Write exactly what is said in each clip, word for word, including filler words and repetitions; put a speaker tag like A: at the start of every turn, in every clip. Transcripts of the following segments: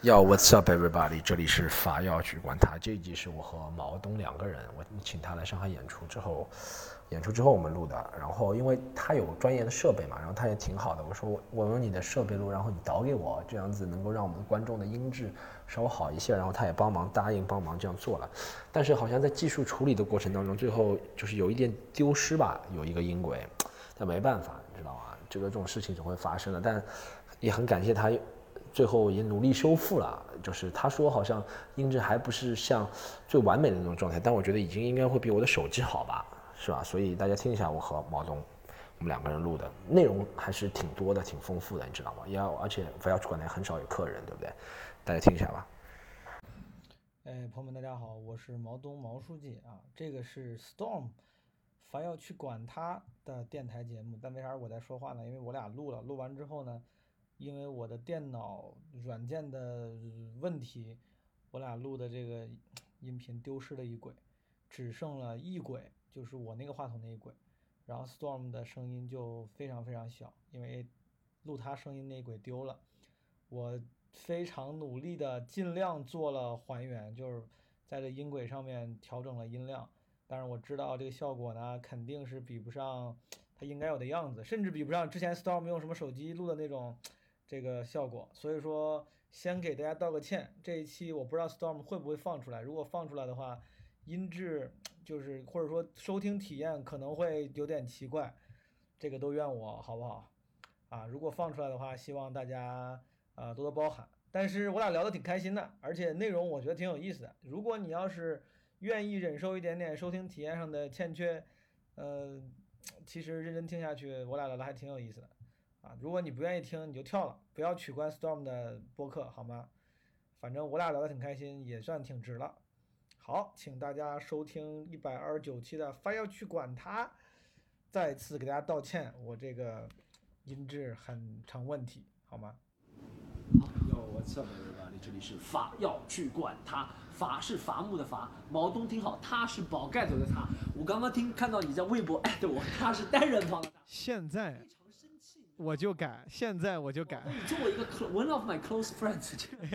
A: Yo, what's up, everybody？ 这里是法药去管他。这一集是我和毛东两个人，我请他来上海演出之后，演出之后我们录的。然后因为他有专业的设备嘛，然后他也挺好的。我说我用你的设备录，然后你导给我，这样子能够让我们观众的音质稍微好一些。然后他也帮忙答应帮忙这样做了。但是好像在技术处理的过程当中，最后就是有一点丢失吧，有一个音轨，但没办法，你知道吗？这个这种事情总会发生的。但也很感谢他。最后也努力修复了，就是他说好像音质还不是像最完美的那种状态，但我觉得已经应该会比我的手机好吧，是吧？所以大家听一下我和毛东我们两个人录的内容还是挺多的，挺丰富的，你知道吗？也要而且非要去管台很少有客人，对不对？大家听一下吧。
B: 哎，朋友们，大家好，我是毛东毛书记啊，这个是 Storm，凡要去管他的电台节目，但为啥我在说话呢？因为我俩录了，录完之后呢，因为我的电脑软件的问题，我俩录的这个音频丢失了一轨，只剩了一轨，就是我那个话筒那一轨，然后 Storm 的声音就非常非常小，因为录他声音那一轨丢了。我非常努力的尽量做了还原，就是在这音轨上面调整了音量，但是我知道这个效果呢肯定是比不上它应该有的样子，甚至比不上之前 Storm 用什么手机录的那种这个效果，所以说先给大家道个歉，这一期我不知道 Storm 会不会放出来，如果放出来的话，音质就是或者说收听体验可能会有点奇怪，这个都怨我好不好？啊，如果放出来的话，希望大家啊多多包涵。但是我俩聊得挺开心的，而且内容我觉得挺有意思的。如果你要是愿意忍受一点点收听体验上的欠缺，呃，其实认真听下去，我俩聊的还挺有意思的。啊，如果你不愿意听，你就跳了，不要取关 Storm 的播客，好吗？反正我俩聊得挺开心，也算挺值了。好，请大家收听一百二十九期的《非要去管他》，再次给大家道歉，我这个音质很成问题，好吗？
C: 好，Yo what's up everybody？这里是法要去管他，法是伐木的伐，毛东听好，他是宝盖头的他。我刚刚听看到你在微博艾特我，他是单人旁的他。
B: 现在我就改，现在我就改。
C: 你作为一个 one of my close friends，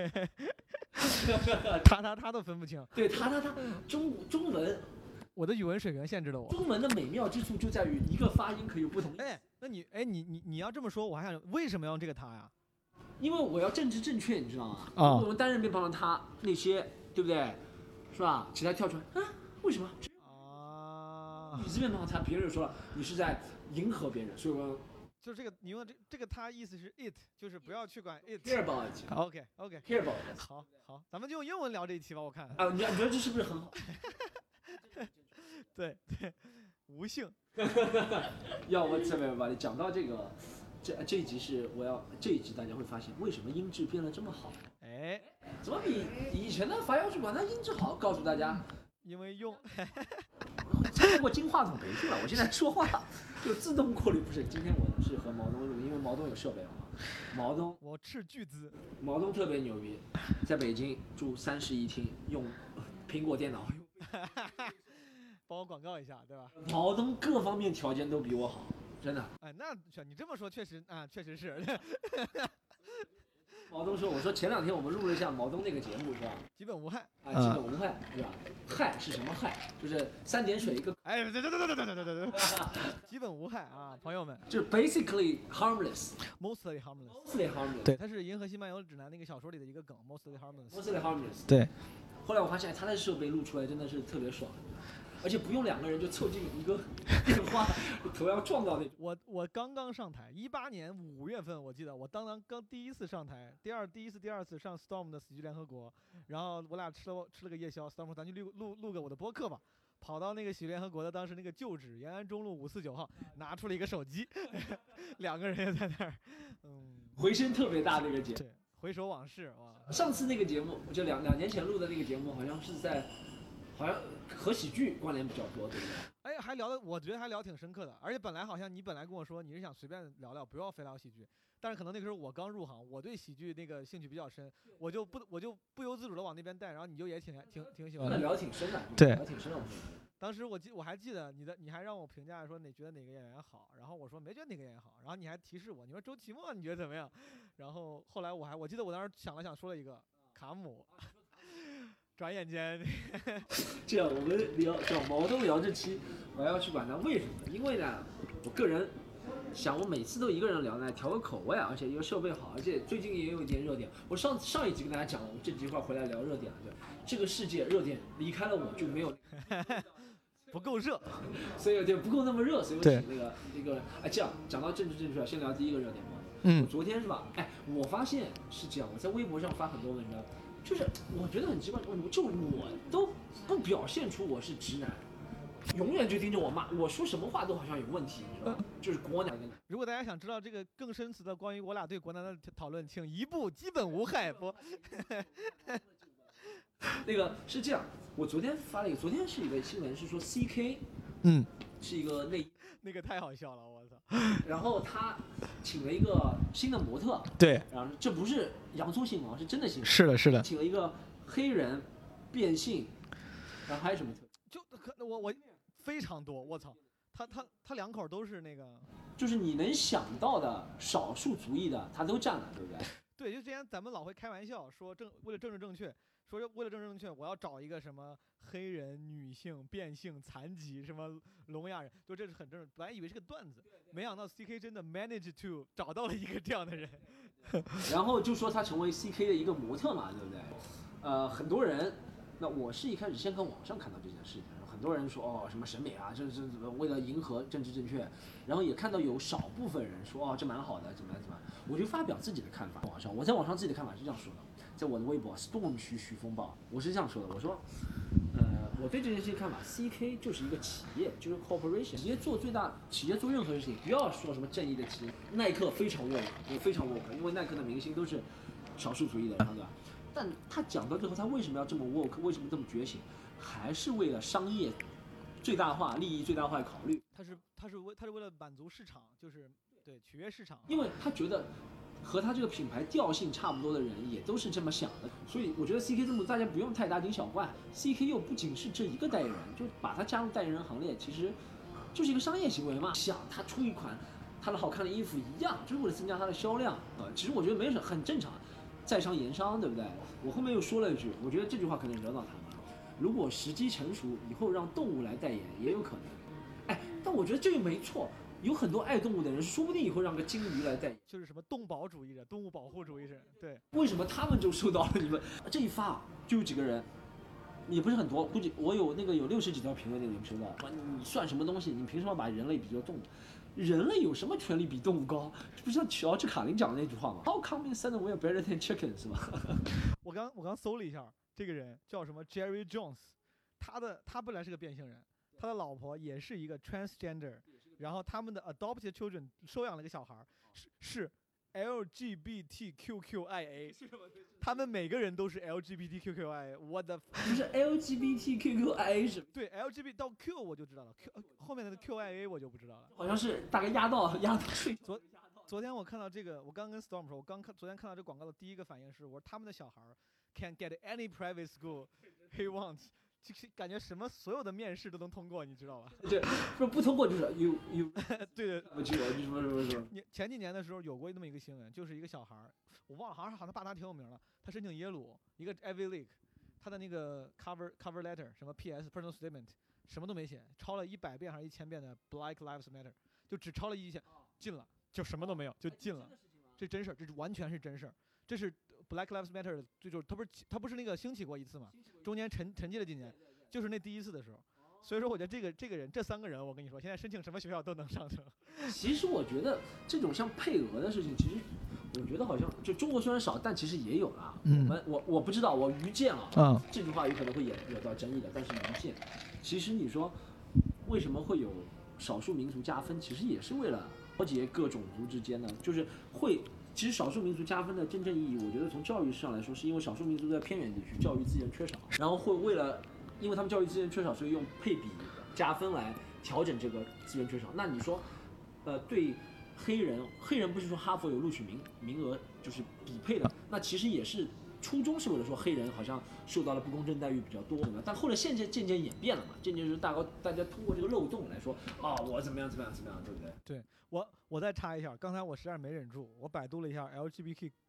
B: 他他他都分不清。
C: 对他他他中中文，
B: 我的语文水平限制了我。
C: 中文的美妙之处就在于一个发音可以有不同。
B: 哎，那你哎你你你要这么说，我还想为什么要用这个他呀？
C: 因为我要政治正确，你知道吗？
B: 啊、哦，
C: 我们单人边旁的他那些，对不对？是吧？其他跳出来啊？为什么？啊，你这边旁他，别人说了，你是在迎合别人，所以我。
B: 就是这个，你用的这这个他意思是 it， 就是不要去管 it。
C: care about it。OK
B: OK
C: care about it。
B: 好好，咱们就用英文聊这一期吧，我看。
C: 啊，你觉得这是不是很好？
B: 对对，无性。
C: 要我这边吧，你讲到这个，这这一集是我要这一集大家会发现为什么音质变得这么好？
B: 哎，
C: 怎么比以前的伐要去管它音质好？告诉大家，
B: 因为用。
C: 通过金话筒培训了，我现在说话就自动过滤。不是，今天我是和毛东录，因为毛东有设备嘛。毛东，
B: 我斥巨资。
C: 毛东特别牛逼，在北京住三室一厅，用苹果电脑。
B: 帮我广告一下，对吧？
C: 毛东各方面条件都比我好，真的。
B: 哎，那你这么说确实啊，确实是。
C: 毛东说：“我说前两天我们录了一下毛东那个节目，是吧？
B: 基本无害
C: 啊，基本无害，是吧？害是什么害？就是三点水一个。
B: 哎，对对对对对对对对对，基本无害啊，朋友们。
C: 就是 basically harmless，mostly
B: harmless，mostly
C: harmless。
B: 对，它是《银河系漫游指南》那个小说里的一个梗 ，mostly harmless。
C: mostly harmless。
B: 对。
C: 后来我发现他的设备录出来真的是特别爽。”而且不用两个人就凑近一个电话，头要撞到那种。
B: 我我刚刚上台，一八年五月份，我记得我当当刚第一次上台，第二第一次第二次上 Storm 的喜剧联合国，然后我俩吃了吃了个夜宵 ，Storm 咱去录录录个我的播客吧，跑到那个喜剧联合国的当时那个旧址延安中路五四九号，拿出了一个手机，两个人也在那儿，嗯，
C: 回声特别大那个节目。
B: 对，回首往事哇。
C: 上次那个节目就两两年前录的那个节目，好像是在。好像和喜剧关联比较多，对不对？
B: 哎，还聊的，我觉得还聊挺深刻的。而且本来好像你本来跟我说你是想随便聊聊，不要非聊喜剧。但是可能那个时候我刚入行，我对喜剧那个兴趣比较深，我就不我就不由自主的往那边带，然后你就也挺挺挺喜欢的。
C: 聊挺深的，
B: 对，
C: 聊挺深的。
B: 当时我记我还记得你的，你还让我评价说你觉得哪个演员好，然后我说没觉得哪个演员好，然后你还提示我，你说周奇墨你觉得怎么样？然后后来我还我记得我当时想了想说了一个。 卡姆。转眼间，
C: 这样我们聊找毛东聊这期，我要去管他为什么？因为呢，我个人想，我每次都一个人聊呢，调个口味，而且又设备好，而且最近也有一点热点。我上上一集跟大家讲了，我们这集一块回来聊热点了，对，这个世界热点离开了我就没有。
B: 不够热，
C: 所以对不够那么热，所以我请那个那个哎，这样讲到政治正确，先聊第一个热点吧。
B: 嗯，
C: 我昨天是吧？哎，我发现是这样，我在微博上发很多文章，就是我觉得很奇怪，就我都不表现出我是直男，永远就盯着我骂，我说什么话都好像有问题，你知道吗？就是国男。
B: 如果大家想知道这个更深层的关于我俩对国男的讨论，请一部基本无害不。
C: 那个是这样，我昨天发了一个，昨天是一个新闻，是说 C K，
B: 嗯，
C: 是一个内，
B: 那个太好笑了，我操！
C: 然后他请了一个新的模特，
B: 对，
C: 然后这不是洋葱新闻，是真的新闻。
B: 是的，是的，
C: 请了一个黑人变性，然后还有什么特？
B: 就可我我非常多，我操！他他他两口都是那个，
C: 就是你能想到的少数族裔的，他都占了，对不对？
B: 对，就之前咱们老会开玩笑说政为了政治正确。说为了政治正确，我要找一个什么黑人、女性、变性、残疾，什么聋哑人，就这是很正常。本来以为是个段子，没想到 C K 真的 manage to 找到了一个这样的人。
C: 然后就说他成为 C K 的一个模特嘛，对不对？呃，很多人，那我是一开始先跟网上看到这件事情，很多人说哦什么审美啊，这这为了迎合政治正确，然后也看到有少部分人说哦这蛮好的，怎么样怎么样，我就发表自己的看法。网上我在网上自己的看法是这样说的。在我的微博 Storm 徐徐风暴，我是这样说的，我说，呃，我对这件事情看法 ，C K 就是一个企业，就是 corporation，企业做最大，企业做任何事情，不要说什么正义的企业，耐克非常 woke， 也非常 woke， 因为耐克的明星都是少数族裔的，对吧？但他讲到最后，他为什么要这么 woke， 为什么这么觉醒，还是为了商业最大化、利益最大化考虑。
B: 他是他是为他是为了满足市场，就是对取悦市场，
C: 因为他觉得。和他这个品牌调性差不多的人也都是这么想的，所以我觉得 C K 这么大家不用太大惊小怪。C K 又不仅是这一个代言人，就把他加入代言人行列，其实就是一个商业行为嘛。想他出一款他的好看的衣服一样，就是为了增加他的销量。呃，其实我觉得没什么，很正常，在商言商，对不对？我后面又说了一句，我觉得这句话可能惹到他们。如果时机成熟，以后让动物来代言也有可能。哎，但我觉得这个没错。有很多爱动物的人，说不定以后让个金鱼来代言，
B: 就是什么动保主义者、动物保护主义者。对，
C: 为什么他们就受到了你们这一发，就有几个人，也不是很多，估计我有那个有六十几条评论，那个你收到，你算什么东西？你凭什么把人类比作动物？人类有什么权利比动物高？这不像乔治卡林讲的那句话吗 ？How come instead we are better than chickens？ 是吧？
B: 我刚我刚搜了一下，这个人叫什么 Jerry Jones， 他的他本来是个变性人，他的老婆也是一个 transgender。然后他们的 adopted children 收养了一个小孩，是是 L G B T Q Q I A， 他们每个人都是 L G B T Q Q I A。我的
C: 不是 L G B T Q Q I A 是？
B: 对 ，L G B T 到 Q 我就知道了 ，Q 后面的 Q I A 我就不知道了。
C: 好像是大概压到压到
B: 昨昨天我看到这个，我刚跟 Storm 说，我刚看昨天看到这广告的第一个反应是，我说他们的小孩 can get any private school he wants。就是感觉什么所有的面试都能通过，你知道吧？
C: 对，不不通过就是 you you
B: 对对，
C: 我记得什么什么什么。
B: 前几年的时候有过那么一个新闻，就是一个小孩儿，我忘了，好像好像他爸他挺有名了，他申请耶鲁一个 Ivy League， 他的那个 cover cover letter 什么 P S personal statement 什么都没写，抄了一百遍还是一千遍的 Black Lives Matter， 就只抄了一千，进了，就什么都没有，就进了。这真事儿，这完全是真事儿，这是 Black Lives Matter 最就他不是他不是那个兴起过一次嘛，中间沉沉寂了几年。就是那第一次的时候，所以说我觉得这个这个人这三个人，我跟你说，现在申请什么学校都能上成。
C: 其实我觉得这种像配额的事情，其实我觉得好像就中国虽然少，但其实也有啦。嗯、我们我我不知道，我愚见啊，嗯、这句话有可能会惹惹到争议的，但是愚见。其实你说为什么会有少数民族加分，其实也是为了调节各种族之间呢，就是会。其实少数民族加分的真正意义，我觉得从教育上来说，是因为少数民族在偏远地区教育资源缺少，然后会为了，因为他们教育资源缺少，所以用配比加分来调整这个资源缺少。那你说，呃，对黑人，黑人不是说哈佛有录取名名额就是比配的，那其实也是初衷是为了说黑人好像受到了不公正待遇比较多，但后来现在渐渐演变了嘛，渐渐是大家大家通过这个漏洞来说，啊、哦，我怎么样怎么样怎么样，对不对？
B: 对我我再插一下，刚才我实在没忍住，我百度了一下 L G B T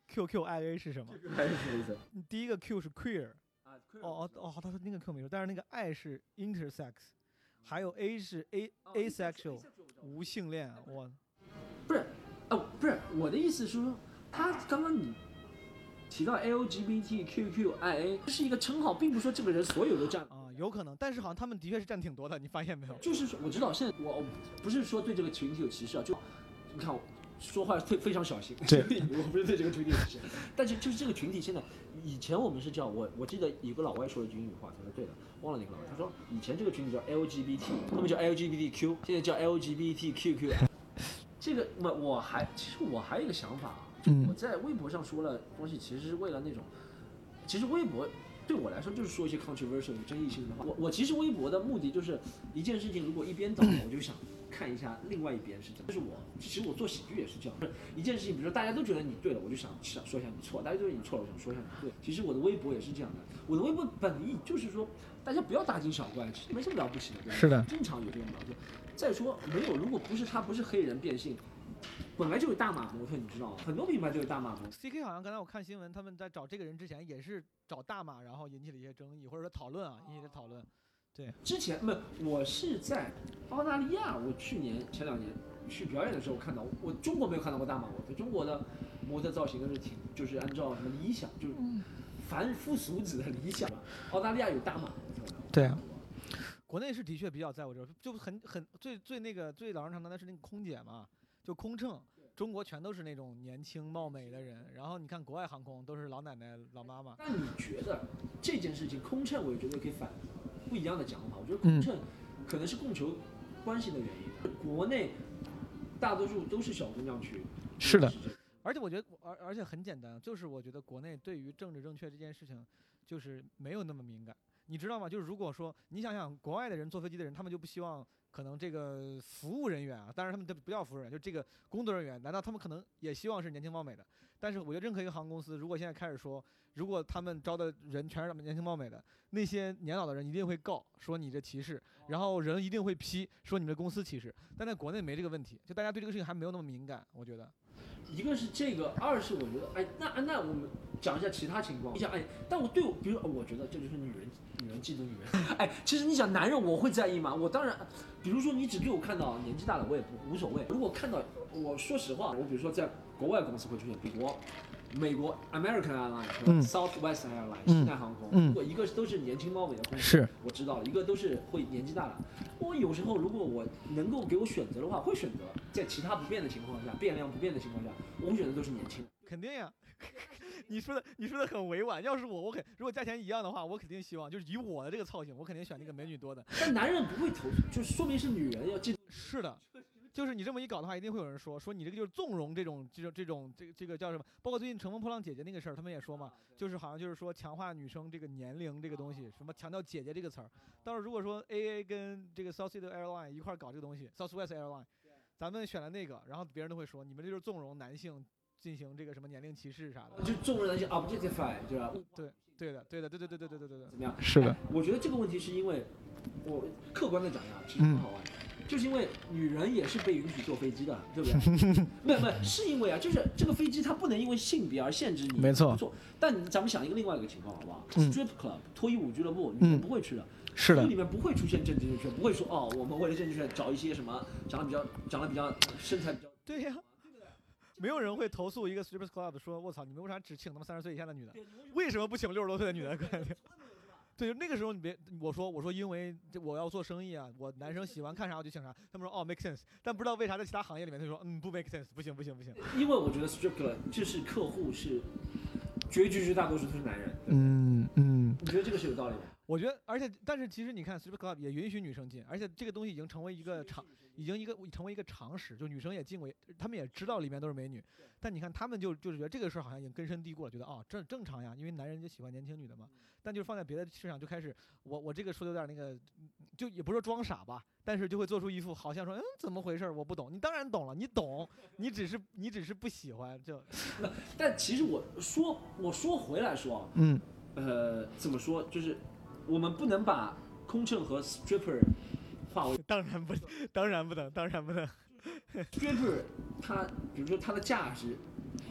B: Q Q I A 是什么？
C: 还是什么意思？
B: 第一个 Q 是 queer，
C: 啊，
B: 哦哦哦，他说那个 Q 没说，但是那个 I 是 intersex， 还有 A 是 A
C: 哦
B: asexual 无性恋，我
C: 不是，哦，不是，我的意思是说，他刚刚你提到 L G B T Q Q I A 这是一个称号，并不是说这个人所有都占。
B: 啊，有可能，但是好像他们的确是占挺多的，你发现没有？
C: 就是说，我知道现在我不是说对这个群体有歧视啊，就你看我说话非非常小心，
B: 对，
C: 我不是对这个群体有歧视，但是就是这个群体现在，以前我们是叫我我记得有个老外说了一句英语话，他说对的，忘了那个老外，他说以前这个群体叫 L G B T， 后面叫 L G B T Q， 现在叫 L G B T Q Q。这个我我还其实我还有一个想法啊，就我在微博上说了东西，其实是为了那种，其实微博对我来说就是说一些 controversial 有争议性的话。我我其实微博的目的就是一件事情，如果一边倒，我就想看一下另外一边是怎么。就是我其实我做喜剧也是这样，一件事情，比如说大家都觉得你对了，我就想想说一下你错；大家都觉得你错了，我想说一下你对。其实我的微博也是这样的，我的微博本意就是说大家不要大惊小怪，其实没什么了不起的，对吧？
B: 是的，
C: 正常有这种矛盾。再说没有，如果不是他不是黑人变性。本来就有大码模特，你知道吗？很多品牌就有大码模特。
B: C K 好像刚才我看新闻，他们在找这个人之前也是找大码，然后引起了一些争议，或者说讨论啊，引起了讨论。对，
C: 之前没，我是在澳大利亚，我去年前两年去表演的时候看到，我中国没有看到过大码模特，中国的模特造型都是挺，就是按照什么理想，就是凡夫俗子的理想。澳大利亚有大码模特。
B: 对啊。国内是的确比较在乎这个，就很很最最那个最老生常谈的是那个空姐嘛。就空乘，中国全都是那种年轻貌美的人，然后你看国外航空都是老奶奶、老妈妈。
C: 那你觉得这件事情，空乘我也觉得可以反不一样的讲法。我觉得空乘可能是供求关系的原因，嗯、国内大多数都是小姑娘去。
B: 是的，而且我觉得，而而且很简单，就是我觉得国内对于政治正确这件事情，就是没有那么敏感。你知道吗？就是如果说你想想，国外的人坐飞机的人，他们就不希望。可能这个服务人员啊，当然他们不叫服务人员，就这个工作人员，难道他们可能也希望是年轻貌美的？但是我觉得任何一个航空公司，如果现在开始说，如果他们招的人全是年轻貌美的，那些年老的人一定会告说你这歧视，然后人一定会批说你们公司歧视。但在国内没这个问题，就大家对这个事情还没有那么敏感，我觉得。
C: 一个是这个，二是我觉得，哎，那那我们讲一下其他情况。你想，哎，但我对我，比如我觉得这就是女人，女人嫉妒女人。哎，其实你想，男人我会在意吗？我当然，比如说你只给我看到年纪大了，我也不无所谓。如果看到，我说实话，我比如说在国外公司会出现，比国、美国 American Airlines、嗯、Southwest Airlines、嗯、西南航空，如果一个都是年轻貌美的公司，
B: 是
C: 我知道，一个都是会年纪大了。我有时候如果我能够给我选择的话，会选择在其他不变的情况下，变量不变的情况下，我会选择都是年轻。
B: 肯定呀，你说的你说的很委婉。要是我，我肯如果价钱一样的话，我肯定希望就是以我的这个操性，我肯定选那个美女多的。
C: 但男人不会投，就说明是女人要记。
B: 是的。就是你这么一搞的话，一定会有人说说你这个就是纵容这种这种这种这个这个叫什么？包括最近乘风破浪姐姐那个事儿，他们也说嘛，就是好像就是说强化女生这个年龄这个东西，什么强调姐姐这个词儿。到时候如果说 A A 跟这个 Southwest Airline 一块搞这个东西 ，Southwest Airline， 咱们选了那个，然后别人都会说你们这就是纵容男性进行这个什么年龄歧视啥的，
C: 就纵容男性 objectify， 对吧？
B: 对对的对的对对对对对对对对。
C: 怎么样？
B: 是的、
C: 哎，我觉得这个问题是因为我客观的讲呀，其实很好玩。嗯，就是因为女人也是被允许坐飞机的，对不对？没有没有，是因为啊，就是这个飞机它不能因为性别而限制你，
B: 没错。
C: 不错，但咱们想一个另外一个情况，好不好、
B: 嗯、
C: ？Strip Club 脱衣舞俱乐部，女人不会去的，
B: 嗯、是的，
C: 里面不会出现政治正确，不会说哦，我们为了政治正确找一些什么长得比较长得比较身材比较，
B: 对呀、啊。没有人会投诉一个 Strip Club 说，我操，你们为啥只请他们三十岁以下的女的？为什么不请六十多岁的女的？对，那个时候你别我说我说因为我要做生意啊，我男生喜欢看啥我就请啥。他们说哦 make sense， 但不知道为啥在其他行业里面他说嗯不 make sense， 不行不行不行。
C: 因为我觉得 strip club 就是客户是绝绝绝大多数都是男人。
B: 嗯嗯。
C: 你觉得这个是有道理吗？
B: 我觉得，而且但是其实你看 strip club 也允许女生进，而且这个东西已经成为一个常，已经一个成为一个常识，就女生也进过，他们也知道里面都是美女，但你看他们就就是觉得这个事儿好像已经根深蒂固了，觉得啊、哦、正正常呀，因为男人就喜欢年轻女的嘛。但就是放在别的市场就开始，我我这个说的有点那个，就也不是说装傻吧，但是就会做出一副好像说嗯怎么回事我不懂，你当然懂了，你懂，你只是你只是不喜欢就。
C: 但其实我说我说回来说啊，
B: 嗯，
C: 呃怎么说就是。我们不能把空乘和 stripper 划为，
B: 当然不，当然不能，当然不能。
C: stripper 它，比如说它的价值，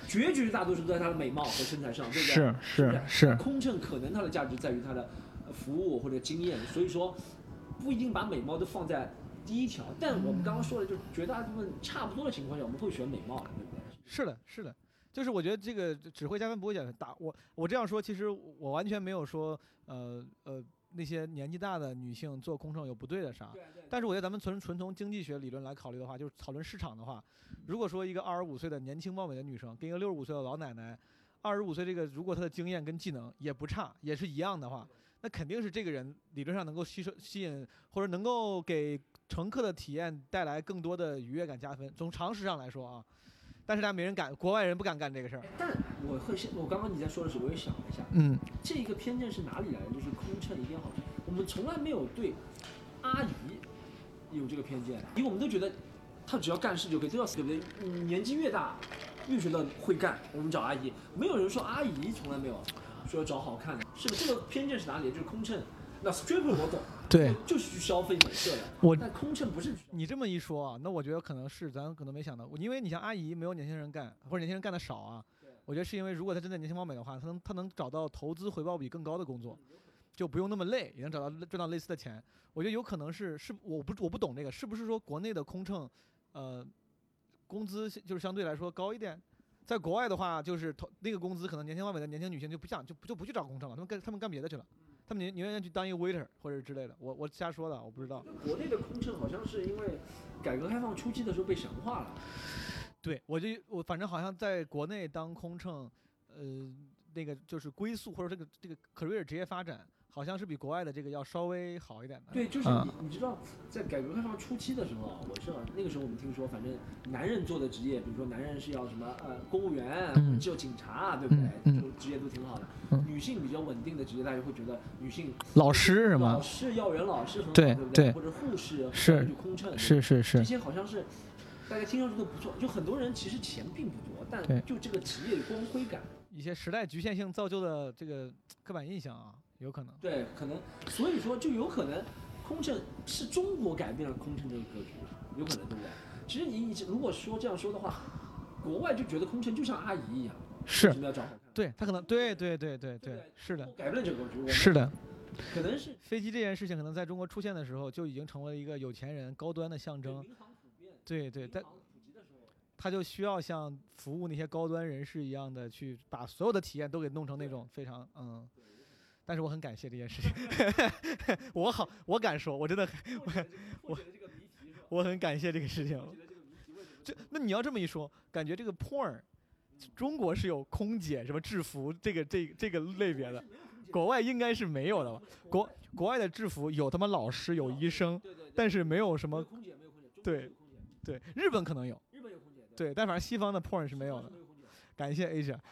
C: 绝绝大多数都在它的美貌和身材上，对不对？
B: 是是是。
C: 空乘可能它的价值在于它的服务或者经验，所以说不一定把美貌都放在第一条。但我们刚刚说的，就是绝大部分差不多的情况下，我们会选美貌，对不对？
B: 是的，是的。就是我觉得这个只会加分不会减分。打我我这样说，其实我完全没有说呃呃那些年纪大的女性做空乘有不对的啥。但是我觉得咱们纯纯从经济学理论来考虑的话，就是讨论市场的话，如果说一个二十五岁的年轻貌美的女生跟一个六十五岁的老奶奶，二十五岁这个如果她的经验跟技能也不差，也是一样的话，那肯定是这个人理论上能够吸收吸引或者能够给乘客的体验带来更多的愉悦感加分。从常识上来说啊。但是大家没人敢，国外人不敢干这个事儿。
C: 但我会，我刚刚你在说的时候，我也想了一下，
B: 嗯，
C: 这个偏见是哪里来的？就是空乘一定好看，我们从来没有对阿姨有这个偏见，因为我们都觉得她只要干事就可以，都要对不对？嗯，年纪越大，越觉得会干，我们找阿姨，没有人说阿姨从来没有说找好看的，是不是？这个偏见是哪里？就是空乘。那 stripper 我懂，
B: 对，
C: 就是去消费美色的。
B: 我
C: 但空乘不是。
B: 你这么一说啊，那我觉得可能是咱可能没想到，因为你像阿姨没有年轻人干，或者年轻人干的少啊。我觉得是因为如果她真的年轻貌美的话，她能她能找到投资回报比更高的工作，就不用那么累，也能找到赚到类似的钱。我觉得有可能是是我不我不懂这个，是不是说国内的空乘，呃，工资就是相对来说高一点？在国外的话，就是投那个工资可能年轻貌美的年轻女性就不想就就不去找空乘了，他们干他们干别的去了。他们宁宁愿去当一个 waiter 或者之类的，我我瞎说的，我不知道。
C: 国内的空乘好像是因为改革开放初期的时候被神化了。
B: 对，我就我反正好像在国内当空乘，呃，那个就是归宿或者这个这个 career 职业发展，好像是比国外的这个要稍微好一点的。
C: 对，就是你、嗯、你知道，在改革开放初期的时候，我是那个时候我们听说，反正男人做的职业，比如说男人是要什么呃公务员，或者只有警察，对不对？
B: 嗯，
C: 就职业都挺好的。
B: 嗯、
C: 女性比较稳定的职业，大家会觉得女性
B: 老师是吗？
C: 老师、幼儿园老师很好，
B: 对
C: 对不
B: 对？
C: 或者护士，
B: 是
C: 就空乘，
B: 是是是，
C: 这些好像是大家听上去都不错。就很多人其实钱并不多，但就这个职业的光辉感，
B: 一些时代局限性造就的这个刻板印象啊。有可能，
C: 对，可能，所以说就有可能，空乘是中国改变了空乘这个格局，有可能，对不对？其实你如果说这样说的话，国外就觉得空乘就像阿姨一样，
B: 是，
C: 为什么要找好看？
B: 对他可能，对对对对对，是的，
C: 改变了这个格局，
B: 是的，
C: 可能是
B: 飞机这件事情可能在中国出现的时候就已经成为一个有钱人高端的象征，对对，但他就需要像服务那些高端人士一样的去把所有的体验都给弄成那种非常嗯。但是我很感谢这件事情，我好，我敢说，我真的很，我我我很感谢这个事情。这那你要这么一说，感觉这个 porn， 中国是有空姐什么制服这个这这个类别的，国外应该是没有的吧？国国外的制服有他妈老师有医生，但是没有什么，对对，日本可能有，对，但反正西方的 porn 是没有的。感谢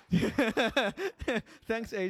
B: Asia，Thanks Asia 。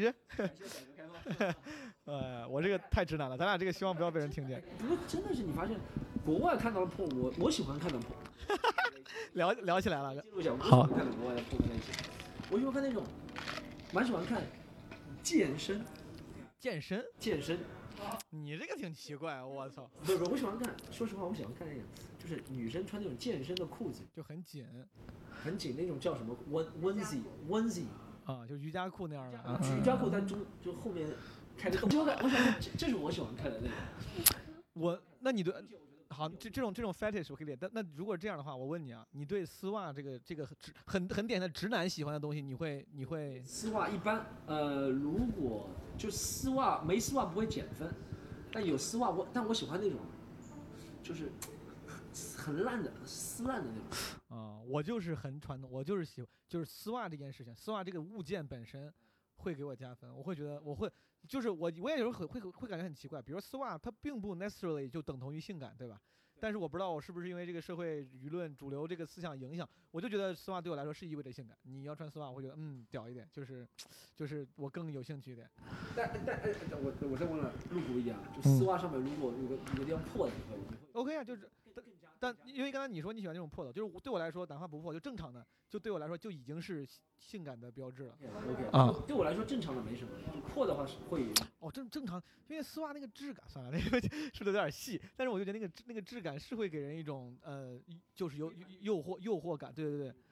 B: 呃，我这个太直男了，咱俩这个希望不要被人听见。
C: 不过真的是你发现，国外看到的 porn， 我我喜欢看的 porn，
B: 聊聊起来了。
C: 记录一下，我
B: 好。
C: 看的国外的 porn 类型，我喜欢看那种，蛮喜欢看健身。
B: 健身？
C: 健身。
B: 你这个挺奇怪，我操。
C: 不是不是，我喜欢看，说实话，我喜欢看那种，就是女生穿那种健身的裤子，
B: 就很紧。
C: 很紧那种叫什么 onesie onesie
B: 啊，就瑜伽裤那样的。
C: 瑜伽裤它中就后面开个洞。我想看，这是我喜欢看的那种。
B: 我那你对好这这种这种 fetish 我可以理解，但那如果这样的话，我问你啊，你对丝袜这个这个很很典型的直男喜欢的东西，你会你会？
C: 丝袜一般，呃，如果就丝袜没丝袜不会减分，但有丝袜我但我喜欢那种，就是。很烂的丝烂的那种
B: 啊、呃，我就是很传统，我就是喜欢就是丝袜这件事情，丝袜这个物件本身会给我加分，我会觉得我会就是我我也有时候会会会感觉很奇怪，比如说丝袜它并不 necessarily 就等同于性感，对吧？但是我不知道我是不是因为这个社会舆论主流这个思想影响，我就觉得丝袜对我来说是意味着性感。你要穿丝袜，我会觉得嗯屌一点，就是就是我更有兴趣一点。
C: 但但哎，我我再问了露骨一点啊，就丝袜上面如果有个有个地方破的，你会
B: OK 啊，就是但但因为刚才你说你喜欢这种破的，就是对我来说哪怕不破就正常的，就对我来说就已经是性感的标志了。
C: OK 啊，对我来说正常的没什么，就破的话是会。
B: 哦，正正常，因为丝袜那个质感，算了，那个说的有点细，但是我就觉得那个那个质感是会给人一种呃，就是有诱惑诱惑感，对对对，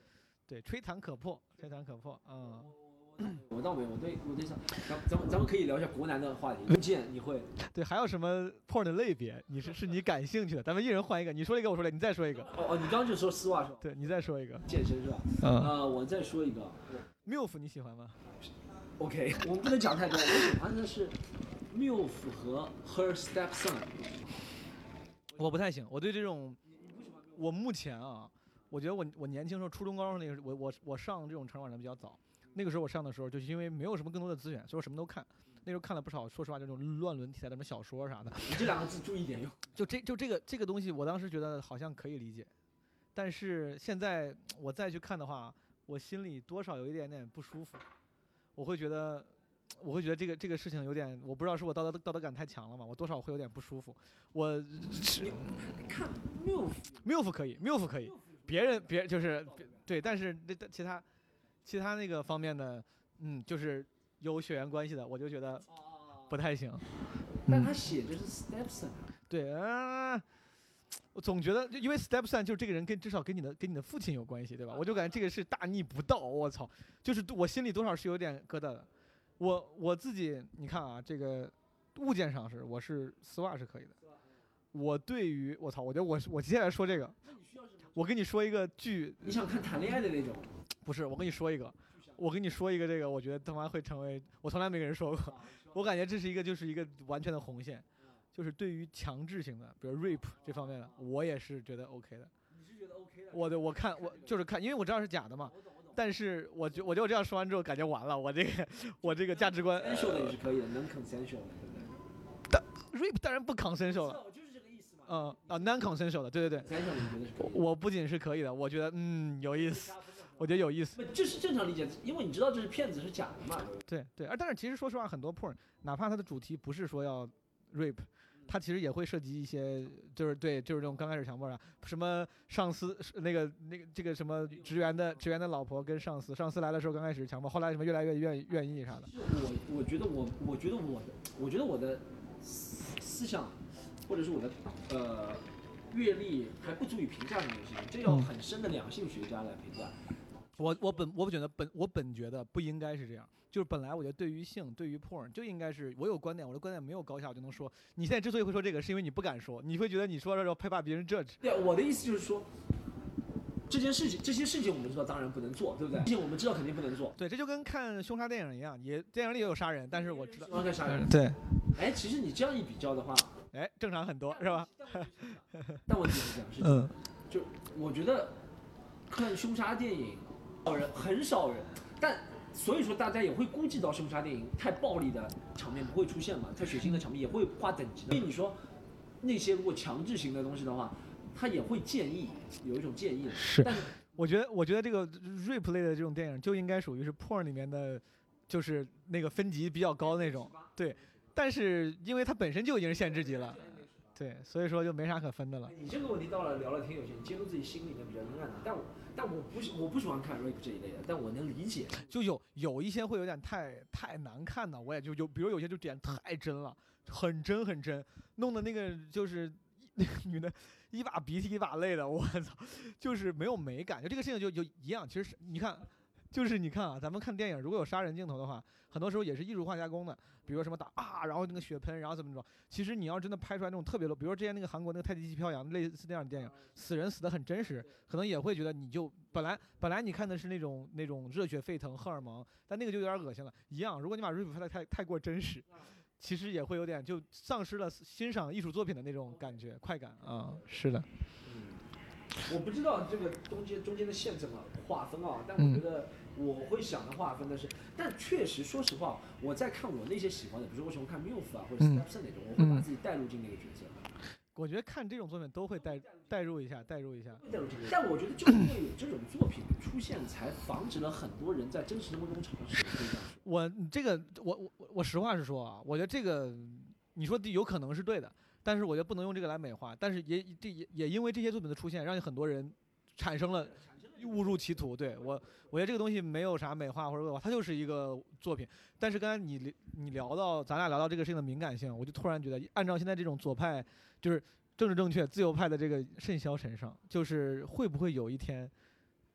B: 对，吹弹可破，吹弹可破，嗯。
C: 我倒没有，我对我对上，咱咱们咱们可以聊一下国男的话题。硬件你会？
B: 对，还有什么 porn 的类别？你是是你感兴趣的？咱们一人换一个，你说一个，我说一个，你再说一个。
C: 哦哦，你刚刚就说丝袜是吧？
B: 对，你再说一个。
C: 健身是吧？
B: 嗯。
C: 呃，我再说一个。
B: M I L F 你喜欢吗
C: ？OK， 我们不能讲太多。我喜欢的是 M I L F 和 Her Stepson。
B: 我不太行，我对这种，我目前啊，我觉得我我年轻时候初中高中那个我我我上这种成人网站比较早。那个时候我上的时候，就是因为没有什么更多的资源，所以我什么都看。那时候看了不少，说实话，这种乱伦题材的什么小说啥的。
C: 你这两个字注意点用。
B: 就这就这个这个东西，我当时觉得好像可以理解，但是现在我再去看的话，我心里多少有一点点不舒服。我会觉得，我会觉得这个这个事情有点，我不知道是我道德道德感太强了嘛，我多少会有点不舒服。我
C: 看 M I L F
B: M I L F 可以 M I L F 可以，别人别就是对，但是那其他。其他那个方面的，嗯，就是有血缘关系的，我就觉得不太行。
C: 但他写的是 stepson。
B: 对啊，我总觉得，因为 stepson 就是这个人跟至少跟你的跟你的父亲有关系，对吧？我就感觉这个是大逆不道，我操！就是我心里多少是有点疙瘩的。我我自己，你看啊，这个物件上是我是丝袜是可以的。我对于我操，我觉得我我接下来说这个，我跟你说一个剧，
C: 你想看谈恋爱的那种。
B: 不是，我跟你说一个，我跟你说一个，这个我觉得他妈会成为我从来没跟人说过，我感觉这是一个就是一个完全的红线，就是对于强制性的，比如 rape 这方面的，我也是觉得 OK 的。
C: 你是觉得 OK 的？
B: 我的我看我就是看，因为我知道是假的嘛，但是我觉我觉得我这样说完之后，感觉完了，我这个我这个价值观。
C: consensual 的也是可以的 ，non consensual 的，对不对？
B: 但 rape 当然不 consensual 了。
C: 就是这个意思嘛。
B: 嗯啊 non consensual 的，对对对。
C: consensual 你觉得是可以的？
B: 我不仅是可以的，我觉得嗯有意思。我觉得有意思，
C: 这是正常理解，因为你知道这是骗子是假的嘛。
B: 对对，而但是其实说实话，很多 porn 哪怕它的主题不是说要 rape， 它其实也会涉及一些，就是对，就是这种刚开始强迫啊，什么上司那个那个这个什么职员的职员的老婆跟上司，上司来的时候刚开始强迫，后来什么越来越愿愿意啥的。
C: 我我觉得我我觉得我的我觉得我的思想或者是我的呃阅历还不足以评价这件事情，这要很深的两性学家来评价。
B: 我我本我觉得本我本觉得不应该是这样，就是本来我觉得对于性对于 porn 就应该是我有观点，我的观点没有高下我就能说。你现在之所以会说这个，是因为你不敢说，你会觉得你说的时候害怕别人 judge。
C: 对，我的意思就是说，这件事情这些事情我们知道当然不能做，对不对？事情我们知道肯定不能做。
B: 对，这就跟看凶杀电影一样，也电影里也有杀人，但是我知道。
C: 看杀人。
B: 对。
C: 哎，其实你这样一比较的话，
B: 哎，正常很多是吧？
C: 但问题是这样，是
B: 嗯，
C: 就我觉得看凶杀电影。人很少人，但所以说大家也会估计到凶杀电影太暴力的场面不会出现嘛，太血腥的场面也会划等级的。所以你说那些如果强制型的东西的话，他也会建议有一种建议的。
B: 是，
C: 但
B: 我觉得我觉得这个 rape 类的这种电影就应该属于是 porn 里面的，就是那个分级比较高那种。对，但是因为它本身就已经是限制级了。对，所以说就没啥可分的了。
C: 你这个问题到了聊了挺有趣，你揭露自己心里面比较阴暗的，但我但我不是我不喜欢看 rape 这一类的，但我能理解。
B: 就有有一些会有点太太难看的，我也就有，比如有些就点太真了，很真很真，弄的那个就是那个女的一把鼻涕一把泪的，我操，就是没有美感。就这个事情就就一样，其实是你看。就是你看啊，咱们看电影，如果有杀人镜头的话，很多时候也是艺术化加工的，比如说什么打啊，然后那个血喷，然后怎么怎么。其实你要真的拍出来那种特别的，比如说之前那个韩国那个太极旗飘扬，类似那样的电影，死人死得很真实，可能也会觉得你就本来本来你看的是那种那种热血沸腾荷尔蒙，但那个就有点恶心了。一样，如果你把 rape 拍得太太过真实，其实也会有点就丧失了欣赏艺术作品的那种感觉快感啊、嗯。是的。
C: 我不知道这个中间中间的线怎么划分啊，但我觉得我会想的划分的是，但确实说实话，我在看我那些喜欢的，比如说我喜欢看 M I L F 啊或者 Stepson 那种，我会把自己带入进那个角色。
B: 我觉得看这种作品都会带带入一下，带入一下。
C: 带入进去。但我觉得就是因为有这种作品出现，才防止了很多人在真实生活中尝试。
B: 我这个我我我实话实说啊，我觉得这个你说有可能是对的。但是我觉得不能用这个来美化，但是也这也也因为这些作品的出现，让很多人产生了误入歧途。对我，我觉得这个东西没有啥美化或者恶化，它就是一个作品。但是刚才你你聊到咱俩聊到这个事情的敏感性，我就突然觉得，按照现在这种左派就是政治正确、自由派的这个甚嚣尘上，就是会不会有一天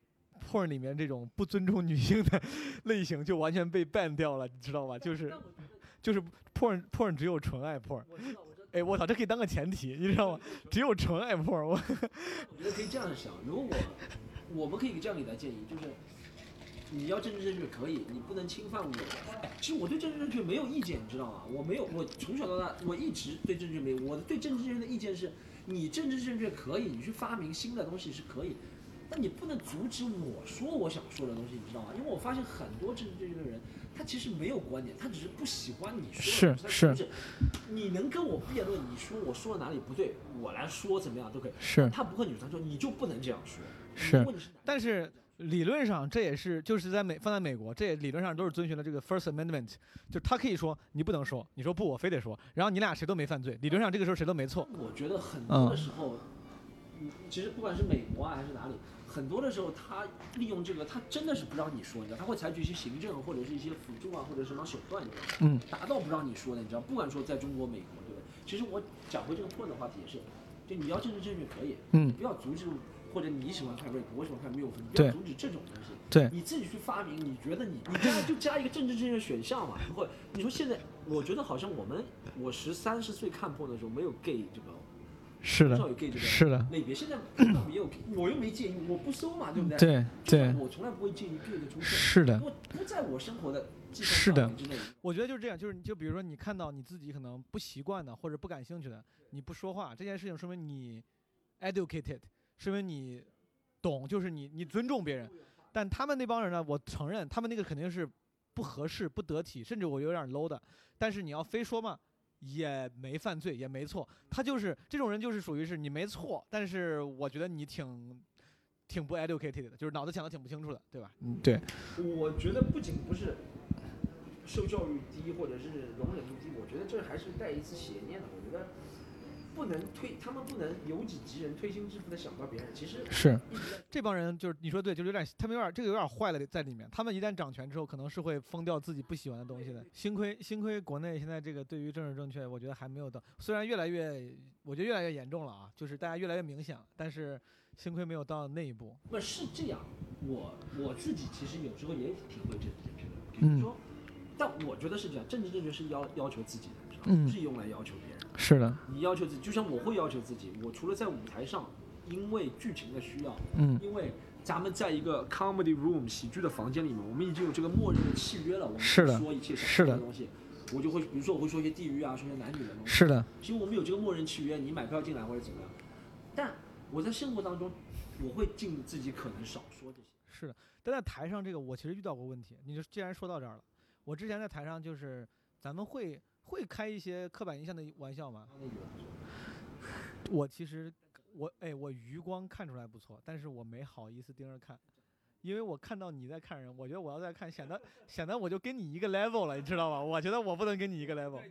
B: porn 里面这种不尊重女性的类型就完全被 ban 掉了，你知道吧？就是就是 porn porn 只有纯爱 porn。哎，我操，这可以当个前提，你知道吗？只有纯爱 porn。我
C: 我觉得可以这样想，如果我们可以这样给他建议，就是你要政治正确可以，你不能侵犯我。哎，其实我对政治正确没有意见，你知道吗？我没有，我从小到大我一直对政治正确没有。我对政治正确的意见是，你政治正确可以，你去发明新的东西是可以，但你不能阻止我说我想说的东西，你知道吗？因为我发现很多政治正确的人，他其实没有观点，他只是不喜欢你说的东西。
B: 是是。
C: 你能跟我辩论，你说我说的哪里不对，我来说怎么样都可以。
B: 是。
C: 他不和你说，你就不能这样说。
B: 是。但是理论上这也是就是在美放在美国，这也理论上都是遵循了这个 First Amendment， 就是他可以说你不能说，你说不我非得说，然后你俩谁都没犯罪，理论上这个时候谁都没错。
C: 我觉得很多的时候，嗯，其实不管是美国啊还是哪里。很多的时候，他利用这个，他真的是不让你说，你知道，他会采取一些行政或者是一些辅助啊，或者什么手段，你知道吗？
B: 嗯，
C: 达到不让你说的，你知道，不管说在中国、美国，对不对？其实我讲回这个 porn 的话题也是，就你要政治正确可以，
B: 嗯，
C: 不要阻止，或者你喜欢看 rape， 我喜欢看 milf， 你不要阻止这种东西，
B: 对，
C: 你自己去发明，你觉得你你加就加一个政治正确选项嘛？或者你说现在，我觉得好像我们我十三十岁看 porn 的时候没有 gay 这个。
B: 是的，是的。
C: 类别现在也有，我又没介意，我不搜嘛，对不对？
B: 对对。
C: 我从来不会介意 gay 的出现。
B: 是的。
C: 我不在我生活的计
B: 算
C: 范围之内。
B: 我觉得就是这样，就是就比如说你看到你自己可能不习惯的或者不感兴趣的，你不说话，这件事情说明你 educated， 说明你懂，就是你你尊重别人。但他们那帮人呢，我承认他们那个肯定是不合适、不得体，甚至我有点 low 的。但是你要非说嘛。也没犯罪，也没错，他就是这种人，就是属于是你没错，但是我觉得你挺挺不 educated 的，就是脑子想的挺不清楚的，对吧？嗯，对。
C: 我觉得不仅不是受教育低，或者是容忍度低，我觉得这还是带一丝邪念的。我觉得不能推，他们不能由己及人，推心置腹的想到别人。其实
B: 是这帮人，就是你说对，就是有点，他们有点这个有点坏了在里面。他们一旦掌权之后，可能是会封掉自己不喜欢的东西的。幸亏幸亏国内现在这个对于政治正确，我觉得还没有到，虽然越来越，我觉得越来越严重了啊，就是大家越来越明显，但是幸亏没有到那一步。
C: 那是这样，我我自己其实有时候也挺会政治正确的，比如说，嗯、但我觉得是这样，政治正确是要要求自己的，你知道吗？不是用来要求别人。
B: 是的，
C: 你要求自己，就像我会要求自己，我除了在舞台上，因为剧情的需要，
B: 嗯，
C: 因为咱们在一个 comedy room 喜剧的房间里面，我们已经有这个默认的契约了，我们说一切想说的东西，我就会，比如说我会说一些地域啊，说一些男女的东西，
B: 是的，
C: 其实我们有这个默认契约，你买票进来或者怎么样，但我在生活当中，我会尽自己可能少说这些。
B: 是的，但在台上这个我其实遇到过问题，你就既然说到这儿了，我之前在台上就是咱们会。会开一些刻板印象的玩笑吗？我其实我哎，我余光看出来不错，但是我没好意思盯着看，因为我看到你在看人，我觉得我要在看，显得显得我就跟你一个 level 了，你知道吗？我觉得我不能跟你一个 level。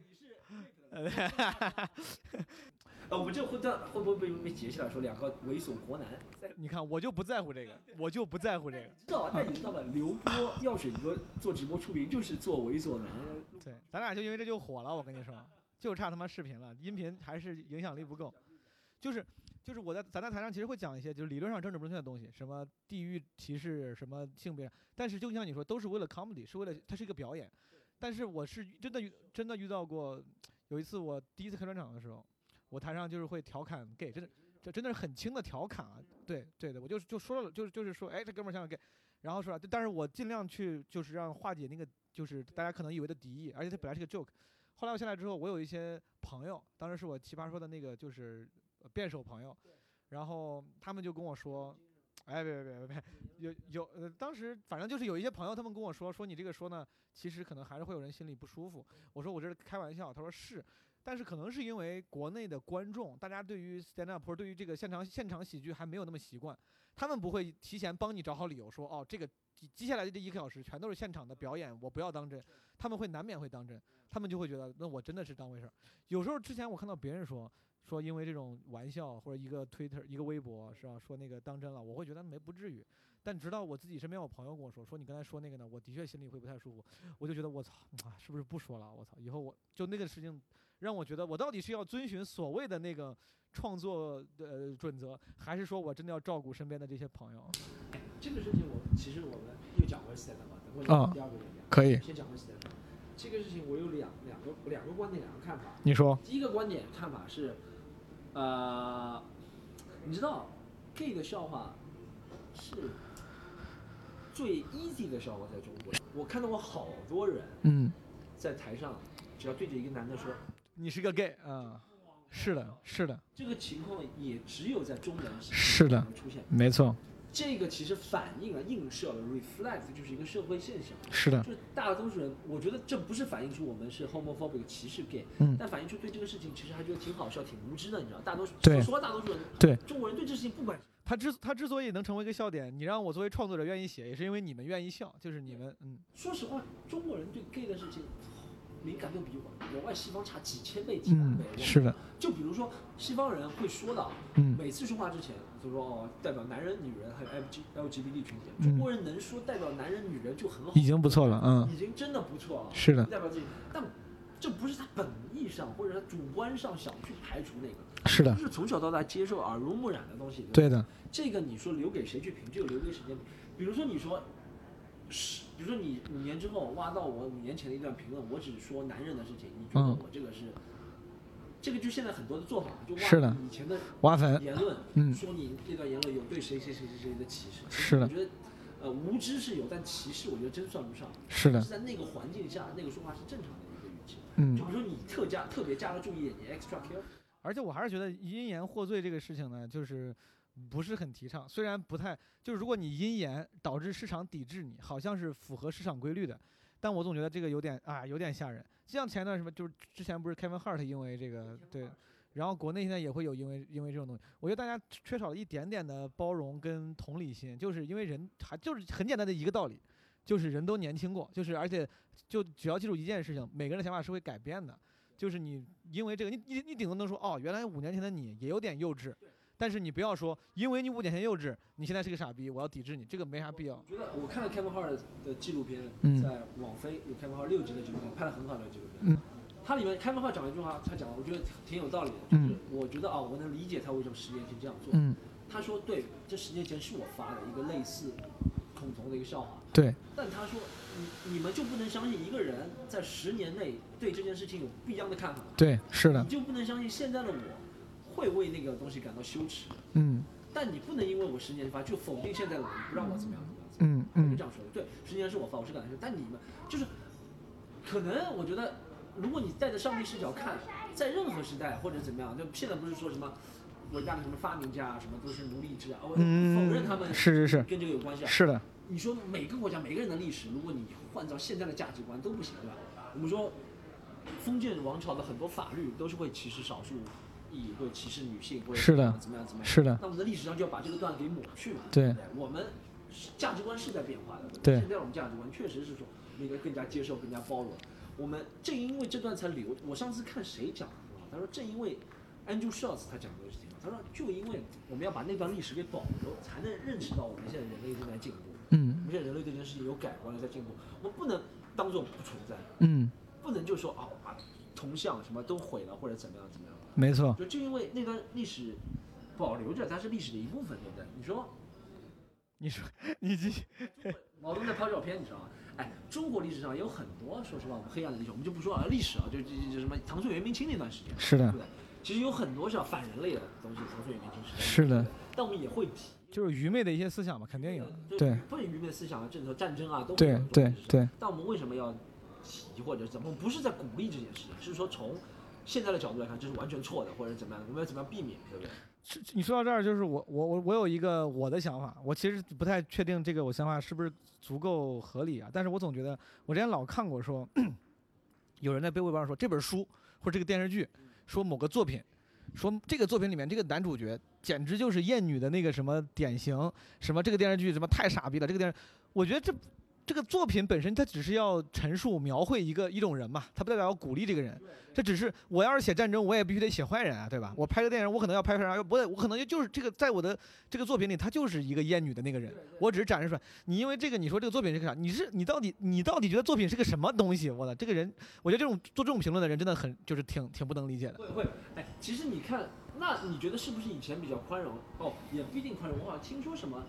C: 呃，我们这会这会不会被被截起来说两个猥琐国男？
B: 你看，我就不在乎这个，我就不在乎这个。
C: 知道啊，但你知道吧？刘波药水哥做直播出名就是做猥琐男。
B: 对，咱俩就因为这就火了，我跟你说，就差他妈视频了，音频还是影响力不够。就是就是我在咱在台上其实会讲一些就是理论上政治不正确的东西，什么地域歧视，什么性别，但是就像你说，都是为了 comedy， 是为了它是一个表演。但是我是真的真的遇到过，有一次我第一次开专场的时候。我台上就是会调侃 gay， 真的，这真的是很轻的调侃啊！对对的，我就就说了，就是就是说，哎，这哥们儿像个 gay， 然后说，但是我尽量去就是让化解那个就是大家可能以为的敌意，而且它本来是个 joke。后来我下来之后，我有一些朋友，当时是我奇葩说的那个就是辩手朋友，然后他们就跟我说，哎，别别别别别，有有呃，当时反正就是有一些朋友，他们跟我说，说你这个说呢，其实可能还是会有人心里不舒服。我说我这是开玩笑，他说是。但是可能是因为国内的观众，大家对于 stand up 或者对于这个现场现场喜剧还没有那么习惯，他们不会提前帮你找好理由说，哦，这个接下来的这一个小时全都是现场的表演，我不要当真。他们会难免会当真，他们就会觉得那我真的是当回事儿。有时候之前我看到别人说说因为这种玩笑或者一个 Twitter 一个微博是吧，说那个当真了，我会觉得没不至于。但直到我自己身边有朋友跟我说说你刚才说那个呢，我的确心里会不太舒服，我就觉得我操啊，是不是不说了？我操，以后我就那个事情。让我觉得我到底是要遵循所谓的那个创作呃准则，还是说我真的要照顾身边的这些朋友？
C: 这个事情我其实我们又讲回 stand up 吧，等会讲第二个原因、哦。
B: 可以。
C: 先讲回 stand up。这个事情我有两两个两个观点，两个看法。
B: 你说。
C: 第一个观点看法是，呃，你知道 gay 的笑话是最 easy 的笑话在中国。我看到过好多人，嗯，在台上只要对着一个男的说，
B: 你是个 gay 啊。是的，是的，
C: 这个情况也只有在中文系
B: 是的
C: 出现，
B: 没错。
C: 这个其实反映了、映射了 reflect 就是一个社会现象。
B: 是的，
C: 就是大多数人，我觉得这不是反映出我们是 homophobic 歧视 gay，
B: 嗯，
C: 但反映出对这个事情其实还觉得挺好笑、挺无知的，你知道？大多数
B: 对，
C: 说实话，大多数人
B: 对
C: 中国人对这事情不管。
B: 他之他之所以能成为一个笑点，你让我作为创作者愿意写，也是因为你们愿意笑，就是你们，嗯。
C: 说实话，中国人对 gay 的事情。敏感度比国外西方差几千倍、几百倍、
B: 嗯。是的。
C: 就比如说，西方人会说到，
B: 嗯，
C: 每次说话之前就说哦，代表男人、女人还有 L G B T 群体。中国人能说代表男人、女人就很好，
B: 已经不错了，嗯，
C: 已经真的不错了。
B: 是的。
C: 代表自己，但这不是他本意上或者他主观上想去排除那个。
B: 是的。
C: 就是从小到大接受耳濡目染的东西。
B: 对的。
C: 这个你说留给谁去评，就留给时间。比如说你说。是，比如说你五年之后挖到我五年前的一段评论，我只说男人的事情，你觉得我这个是，嗯、这个就现在很多的做法，就挖以前的
B: 挖坟
C: 言论，
B: 嗯，
C: 说你这段言论有对谁谁谁谁谁的歧视，
B: 是的，
C: 我觉得，呃，无知是有，但歧视我觉得真算不上，
B: 是的，
C: 是在那个环境下，那个说话是正常的一个语气，
B: 嗯，
C: 就比如说你特加特别加了注意，你 extra care，
B: 而且我还是觉得因言获罪这个事情呢，就是不是很提倡，虽然不太。就是如果你因言导致市场抵制你，好像是符合市场规律的，但我总觉得这个有点啊，有点吓人。就像前段什么，就是之前不是 Kevin Hart 因为这个对，然后国内现在也会有因为因为这种东西，我觉得大家缺少了一点点的包容跟同理心，就是因为人还就是很简单的一个道理，就是人都年轻过，就是而且就只要记住一件事情，每个人的想法是会改变的，就是你因为这个，你你你顶多能说哦，原来五年前的你也有点幼稚。但是你不要说，因为你五年前幼稚，你现在是个傻逼，我要抵制你，这个没啥必要。
C: 我觉得我看了 Kevin Hart 的纪录片，
B: 嗯、
C: 在网飞有 Kevin Hart 六集的纪录片，拍得很好的纪录片。
B: 嗯，
C: 它里面 Kevin Hart 讲了一句话，他讲我觉得挺有道理的，就是我觉得啊、哦，我能理解他为什么十年前这样做。
B: 嗯，
C: 他说对，这十年前是我发的一个类似恐同的一个笑话。
B: 对。
C: 但他说，你你们就不能相信一个人在十年内对这件事情有不一样的看法。
B: 对，是的。
C: 你就不能相信现在的我。会为那个东西感到羞耻，
B: 嗯，
C: 但你不能因为我十年发就否定现在的我，不让我怎么样怎么样，
B: 嗯嗯，
C: 就这样说的。对，十年是我发，我是感到羞耻，但你们就是可能我觉得，如果你带着上帝视角看，在任何时代或者怎么样，就现在不是说什么伟大的什么发明家啊，什么都是奴隶制啊，我否认他们
B: 是是是
C: 跟这个有关系啊。
B: 是的，
C: 你说每个国家每个人的历史，如果你换照现在的价值观都不行，对吧？我们说封建王朝的很多法律都是会歧视少数。意会歧视女性，或者怎么样怎么样怎么样？
B: 是的。
C: 那我们的历史上就要把这个段给抹去嘛。
B: 对。
C: 我们价值观是在变化的。
B: 对。
C: 现在我们价值观确实是说应该更加接受、更加包容。我们正因为这段才留。我上次看谁讲的？他说正因为 Andrew Schulz 他讲的事情，他说就因为我们要把那段历史给保留，才能认识到我们现在人类正在进步。
B: 嗯。
C: 我们现在人类对这件事情有改观了，在进步。我们不能当做不存在。
B: 嗯。
C: 不能就说啊，把铜像什么都毁了或者怎么样怎么样。
B: 没错，
C: 就就因为那段历史保留着，它是历史的一部分，对不对？你说，
B: 你说，你继续。
C: 毛东在拍照片，你知道吗？哎，中国历史上有很多，说实话，我们黑暗的历史，我们就不说啊，历史啊，就就就什么唐宋元明清那段时间，
B: 是的，
C: 对不对？其实有很多是反人类的东西，唐宋元明清时代，
B: 是的。
C: 但我们也会提，
B: 就是愚昧的一些思想嘛，肯定有。
C: 对，不仅愚昧的思想啊，政策、战争啊，都
B: 对对对。
C: 但我们为什么要提或者怎么？不是在鼓励这件事情，是说从现在的角度来看，这是完全错的，或者怎么样？我们要怎么样避免，对不对？
B: 你说到这儿，就是我我我我有一个我的想法，我其实不太确定这个我想法是不是足够合理啊。但是我总觉得，我之前老看过说，有人在微博上说这本书或者这个电视剧，说某个作品，说这个作品里面这个男主角简直就是厌女的那个什么典型，什么这个电视剧什么太傻逼了，这个电视，我觉得这。这个作品本身，它只是要陈述、描绘一个一种人嘛，它不代表要鼓励这个人。这只是我要是写战争，我也必须得写坏人啊，对吧？我拍个电影，我可能要拍啥？我我可能就是这个，在我的这个作品里，他就是一个厌女的那个人，我只是展示出来。你因为这个，你说这个作品是个啥？你是你到底你到底觉得作品是个什么东西？我的这个人，我觉得这种做这种评论的人真的很就是挺挺不能理解的。
C: 会会，哎，其实你看，那你觉得是不是以前比较宽容？哦，也不一定宽容。我好像听说什么。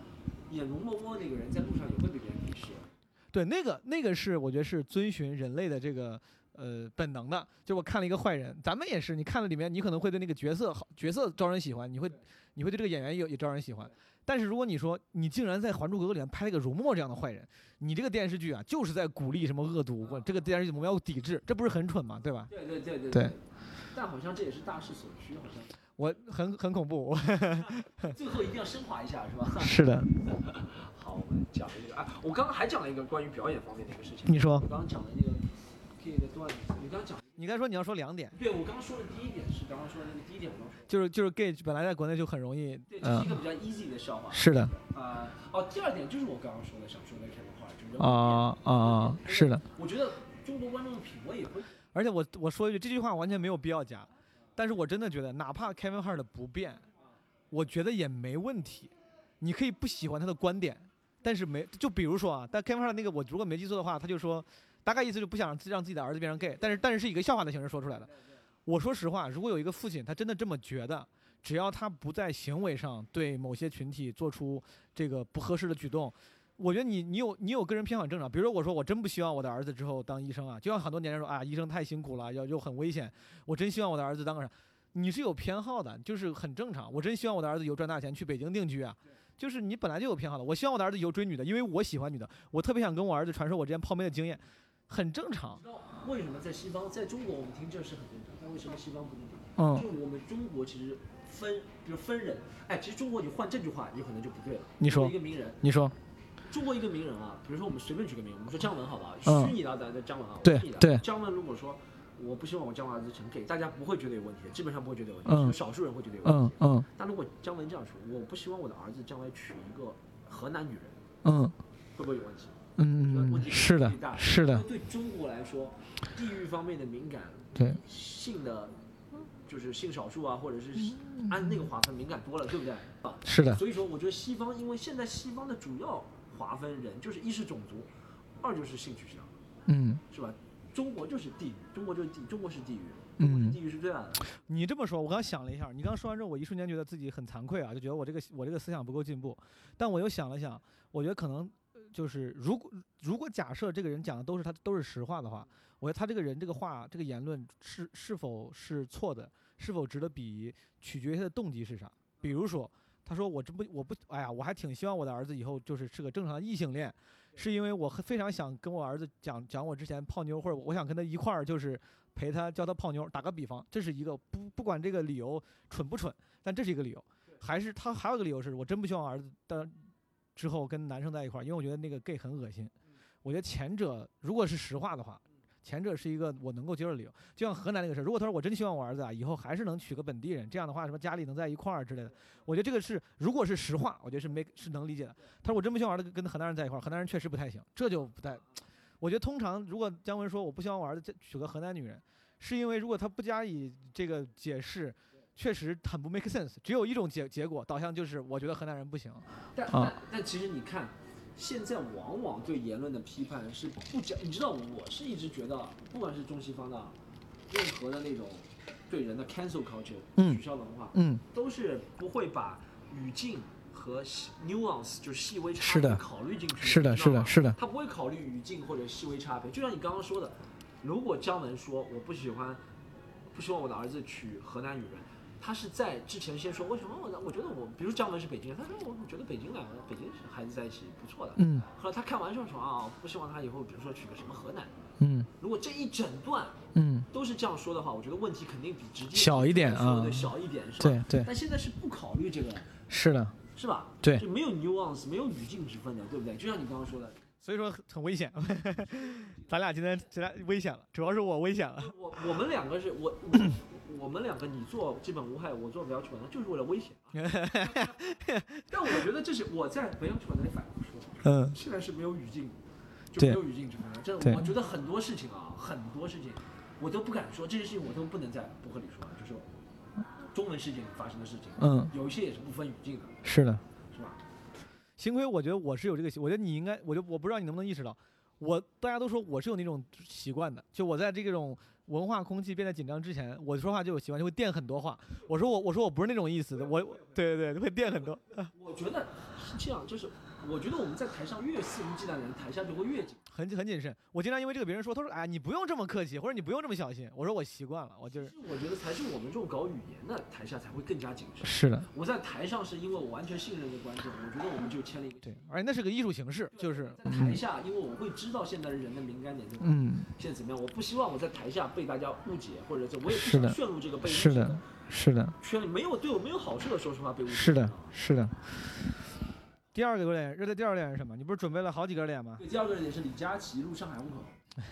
C: 演容嬷嬷那个人在路上也会被别人鄙视。
B: 对，那个那个是我觉得是遵循人类的这个呃本能的。就我看了一个坏人，咱们也是，你看了里面，你可能会对那个角色好角色招人喜欢，你会你会对这个演员也也招人喜欢。但是如果你说你竟然在《还珠格格》里面拍了一个容嬷嬷这样的坏人，你这个电视剧啊就是在鼓励什么恶毒，这个电视剧我们要抵制，这不是很蠢吗？对吧？
C: 对对对对
B: 对。
C: 但好像这也是大势所趋，好像。
B: 我很很恐怖，我
C: 最后一定要升华一下，是吧？
B: 是的。
C: 好，我们讲一个啊，我刚刚还讲了一个关于表演方面的一个事情。
B: 你说。
C: 我刚刚讲的那个 K 的段子，你刚刚讲。
B: 你刚才说你要说两点。
C: 对，我刚刚说的第一点是刚刚说的那个第一点，我刚说。
B: 就是就是 gay 本来在国内就很容易。
C: 对，这是一个比较 easy 的笑话。
B: 是的。
C: 啊、呃、哦，第二点就是我刚刚说的想说的那个话，就是
B: 啊啊，是的。
C: 我觉得中国观众的品味也会。
B: 而且我我说一句，这句话完全没有必要加。但是我真的觉得，哪怕 Kevin Hart 不变，我觉得也没问题。你可以不喜欢他的观点，但是没就比如说啊，但 Kevin Hart 那个我如果没记错的话，他就说大概意思就不想让自己的儿子变成 gay， 但是但是是以一个笑话的形式说出来的。我说实话，如果有一个父亲他真的这么觉得，只要他不在行为上对某些群体做出这个不合适的举动，我觉得你你有你有个人偏好很正常。比如说我说我真不希望我的儿子之后当医生啊，就像很多年人说啊，医生太辛苦了，要又很危险，我真希望我的儿子当个啥？你是有偏好的，就是很正常。我真希望我的儿子以后赚大钱去北京定居啊，就是你本来就有偏好的。我希望我的儿子以后追女的，因为我喜欢女的，我特别想跟我儿子传授我之前泡妹的经验，很正常。
C: 知道为什么在西方，在中国我们听这是很正常，但为什么西方不正常？
B: 嗯，
C: 就我们中国其实分，比如分人，哎，其实中国你换这句话有可能就不对了。
B: 你说
C: 一个名人，
B: 你说。
C: 中国一个名人啊，比如说我们随便举个名，我们说姜文好不好？
B: 嗯、
C: 虚拟的咱的姜文啊，
B: 对对。
C: 姜文如果说我不希望我将来儿子成 gay， 大家不会觉得有问题，基本上不会觉得有问题，
B: 嗯、
C: 有少数人会觉得有问题。
B: 嗯嗯。
C: 但如果姜文这样说，我不希望我的儿子将来娶一个河南女人，
B: 嗯，
C: 会不会有问题？
B: 嗯，
C: 问题
B: 是的，是的。
C: 对中国来说，地域方面的敏感，
B: 对
C: 性的。就是性少数啊，或者是按那个划分敏感多了，对不对？啊，
B: 是的。
C: 所以说，我觉得西方，因为现在西方的主要划分人就是一是种族，二就是性取向，
B: 嗯，
C: 是吧？中国就是地域，中国就是地，中国是地域，
B: 嗯，
C: 地域是最大的。
B: 你这么说，我刚想了一下，你刚说完之后，我一瞬间觉得自己很惭愧啊，就觉得我这个我这个思想不够进步。但我又想了想，我觉得可能就是如果如果假设这个人讲的都是他都是实话的话。我觉得他这个人这个话这个言论是是否是错的，是否值得鄙夷，取决于他的动机是啥。比如说，他说我这不我不哎呀，我还挺希望我的儿子以后就是是个正常的异性恋，是因为我非常想跟我儿子讲讲我之前泡妞，或者我想跟他一块儿就是陪他教他泡妞。打个比方，这是一个不不管这个理由蠢不蠢，但这是一个理由。还是他还有一个理由是我真不希望儿子的之后跟男生在一块儿，因为我觉得那个 gay 很恶心。我觉得前者如果是实话的话。前者是一个我能够接受的理由，就像河南那个事，如果他说我真希望我儿子啊以后还是能娶个本地人，这样的话什么家里能在一块儿之类的，我觉得这个是如果是实话，我觉得是没是能理解的。他说我真不希望我儿子跟河南人在一块儿，河南人确实不太行，这就不太。我觉得通常如果姜文说我不希望我儿子娶个河南女人，是因为如果他不加以这个解释，确实很不 make sense。只有一种结结果导向就是我觉得河南人不行。
C: 但、啊、但但其实你看。现在往往对言论的批判是不讲，你知道，我是一直觉得，不管是中西方的，任何的那种对人的 cancel culture， 取消文化，
B: 嗯，
C: 都是不会把语境和 nuance 就是细微差别考虑进去。
B: 是的，是的，是的。
C: 他不会考虑语境或者细微差别。就像你刚刚说的，如果姜文说我不喜欢，不希望我的儿子娶河南女人。他是在之前先说为什么我我觉得我，比如姜文是北京人，他说我我觉得北京两个北京孩子在一起不错的。
B: 嗯。
C: 后来他开玩笑说啊，不希望他以后比如说娶个什么河南。
B: 嗯。
C: 如果这一整段
B: 嗯
C: 都是这样说的话，我觉得问题肯定比直接
B: 小一点啊，
C: 对小一点是吧？
B: 对对。
C: 但现在是不考虑这个。
B: 是的。
C: 是吧？
B: 对。
C: 就没有 nuance， 没有语境之分的，对不对？就像你刚刚说的。
B: 所以说很危险，咱俩今天咱俩危险了，主要是我危险了。
C: 我我们两个是我。我们两个，你做基本无害，我做不要去管它，就是为了危险啊。但我觉得这是我在不要去管它里反复说，
B: 嗯，
C: 现在是没有语境，就没有语境之分了。这我觉得很多事情啊，很多事情我都不敢说，这些事情我都不能在博客里说，就是中文世界里发生的事情，
B: 嗯，
C: 有一些也是不分语境的。
B: 是的，
C: 是吧？
B: 幸亏我觉得我是有这个，我觉得你应该，我就我不知道你能不能意识到，我大家都说我是有那种习惯的，就我在这种。文化空气变得紧张之前，我说话就有习惯，就会垫很多话。我说我我说我不是那种意思的，我对对对会垫很多。
C: 我觉得是这样，就是我觉得我们在台上越肆无忌惮的人，台下就会越紧。
B: 很很谨慎。我经常因为这个别人说，他说哎你不用这么客气，或者你不用这么小心。我说我习惯了，我就是。
C: 我觉得才是我们这种搞语言的台下才会更加谨慎。
B: 是的。我
C: 在台上是因为我完全信任这个观众，我觉得我们就签了一个。
B: 对，而且那是个艺术形式，就是
C: 在台下，因为我会知道现在人的敏感点在哪，嗯，现在怎么样，我不希望我在台下被大家误解，或者是我也不想陷入这个被误解。
B: 是的，是的。
C: 圈里没有对我没有好处的，说实话被误解。
B: 是的，是的。第二个热点，热的第二点是什么？你不是准备了好几个热点吗？
C: 对，第二个热点是李佳琦入上海户口。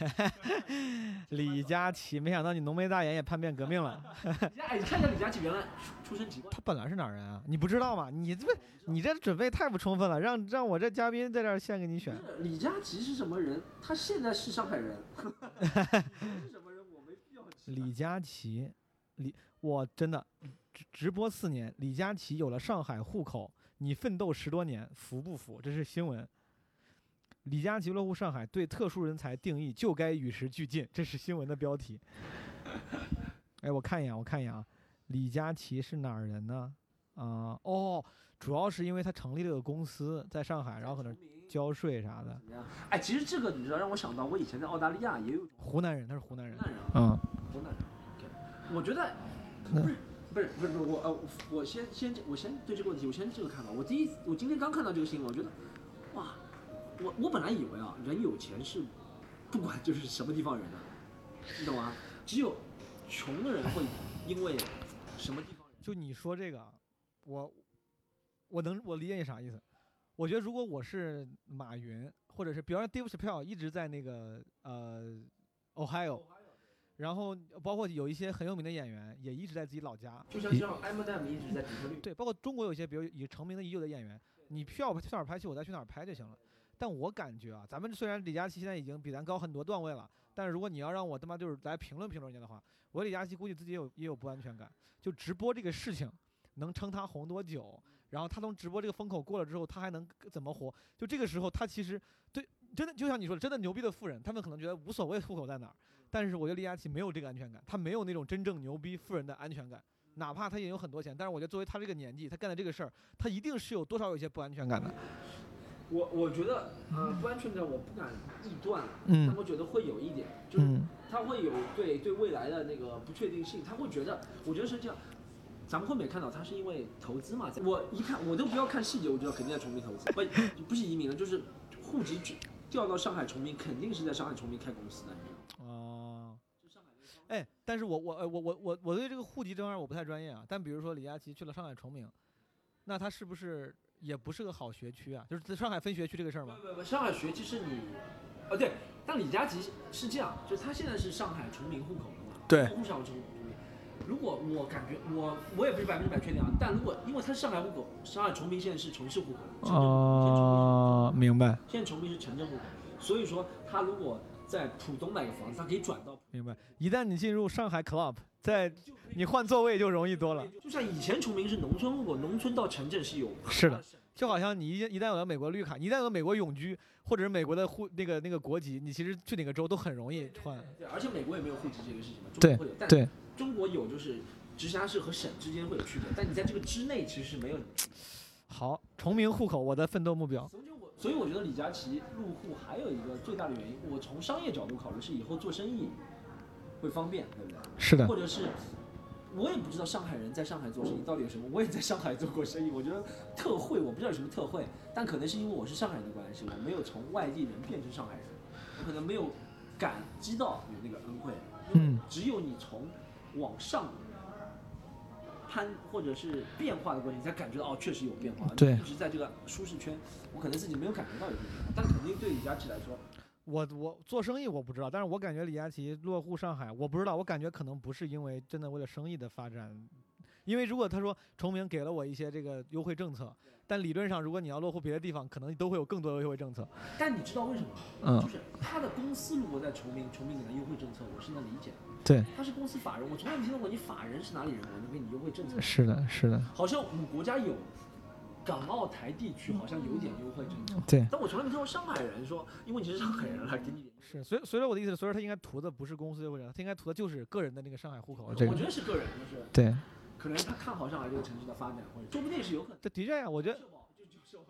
B: 李佳琦，没想到你浓眉大眼也叛变革命了。
C: 哎，你看一下李佳琦原来出身籍贯。
B: 他本来是哪儿人啊？你不知道吗？你这你这准备太不充分了，让让我这嘉宾在这儿先给你选。
C: 李佳琦是什么人？他现在是上海人。是什么人？我没必要。
B: 李佳琦，李，我真的直直播四年，李佳琦有了上海户口。你奋斗十多年，服不服？这是新闻。李佳琦落户上海，对特殊人才定义就该与时俱进，这是新闻的标题。哎，我看一眼，我看一眼啊，李佳琦是哪儿人呢？啊、呃，哦，主要是因为他成立了个公司在上海，然后可能交税啥的。
C: 哎，其实这个你知道让我想到，我以前在澳大利亚也有
B: 湖南人，他是湖南人。
C: 湖南人，
B: 嗯，
C: 湖南人。OK， 我觉得不是。不是不是我呃我先先我先对这个问题我先这个看法。我第一我今天刚看到这个新闻，我觉得哇，我我本来以为啊人有钱是不管就是什么地方人的，你懂吗？只有穷的人会因为什么地方人。
B: 就你说这个，我我能我理解你啥意思。我觉得如果我是马云，或者是比方说 Dave Chappelle 一直在那个呃 Ohio。然后包括有一些很有名的演员也一直在自己老家，
C: 就像像 Eminem 一直在底特律。
B: 对，包括中国有些比如已成名的已有的演员，你需要去哪儿拍戏，我再去哪儿拍就行了。但我感觉啊，咱们虽然李佳琦现在已经比咱高很多段位了，但是如果你要让我他妈就是来评论评论人家的话，我李佳琦估计自己也有也有不安全感。就直播这个事情能撑他红多久？然后他从直播这个风口过了之后，他还能怎么活？就这个时候，他其实对真的就像你说的，真的牛逼的富人，他们可能觉得无所谓户口在哪儿。但是我觉得李佳琦没有这个安全感，他没有那种真正牛逼富人的安全感，哪怕他也有很多钱，但是我觉得作为他这个年纪，他干的这个事儿，他一定是有多少有一些不安全感的。
C: 我我觉得呃不安全感我不敢臆断，嗯，但我觉得会有一点，就是他会有对对未来的那个不确定性，他会觉得，我觉得是这样。咱们后面看到他是因为投资嘛，我一看我都不要看细节，我知道肯定在重庆投资，不不是移民了，就是户籍调到上海崇明，肯定是在上海崇明开公司的。
B: 哦，哎，但是我我我我我我对这个户籍这方面我不太专业啊。但比如说李佳琦去了上海崇明，那他是不是也不是个好学区啊？就是在上海分学区这个事儿吗？
C: 不不不，上海学区是你，哦对，但李佳琦是这样，就是他现在是上海崇明户口的嘛，
B: 对，
C: 户上崇明。如果我感觉我我也不是百分之百确定啊，但如果因为他是上海户口，上海崇明现在是城市户口，
B: 哦、呃，明白。
C: 现在崇明是城镇户口，所以说他如果在浦东买个房子，他可以转到。
B: 明白。一旦你进入上海 club， 在你换座位就容易多了。
C: 就像以前崇明是农村户口，农村到城镇是有。
B: 是的。就好像你一一旦有了美国绿卡，你一旦有美国永居或者是美国的户那个那个国籍，你其实去哪个州都很容易换。
C: 对，而且美国也没有户籍这个事情嘛，中
B: 国
C: 会有，但
B: 对。
C: 中国有就是直辖市和省之间会有区别，但你在这个之内其实是没有。
B: 好，崇明户口，我的奋斗目标。
C: 所以我觉得李佳琦入户还有一个最大的原因，我从商业角度考虑是以后做生意会方便，对不对？
B: 是的。
C: 或者是我也不知道上海人在上海做生意到底有什么，我也在上海做过生意，我觉得特惠，我不知道有什么特惠，但可能是因为我是上海人的关系，我没有从外地人变成上海人，我可能没有感激到有那个恩惠。
B: 嗯。
C: 只有你从往上攀或者是变化的过程，你才感觉到哦，确实有变化。
B: 对，
C: 一直在这个舒适圈，我可能自己没有感觉到有变化，但肯定对李佳琦来说，
B: 我我做生意我不知道，但是我感觉李佳琦落户上海，我不知道，我感觉可能不是因为真的为了生意的发展，因为如果他说崇明给了我一些这个优惠政策，但理论上如果你要落户别的地方，可能都会有更多的优惠政策。
C: 但你知道为什么？
B: 嗯，
C: 就是他的公司如果在崇明，崇明给他优惠政策，我是能理解。
B: 对，
C: 他是公司法人，我从来没听到过你法人是哪里人，我能给你优惠政策。
B: 是的，是的。
C: 好像我们国家有港澳台地区好像有点优惠政策。
B: 对。
C: 但我从来没听到上海人说，因为你是上海人来给你。
B: 是，所以所以我的意思，所以他应该图的不是公司优惠政策，他应该图的就是个人的那个上海户口。这个。
C: 我觉得是个人，就是。
B: 对。
C: 可能他看好上海这个城市的发展，或者说不定是有可能。
B: 这的确呀，我觉得。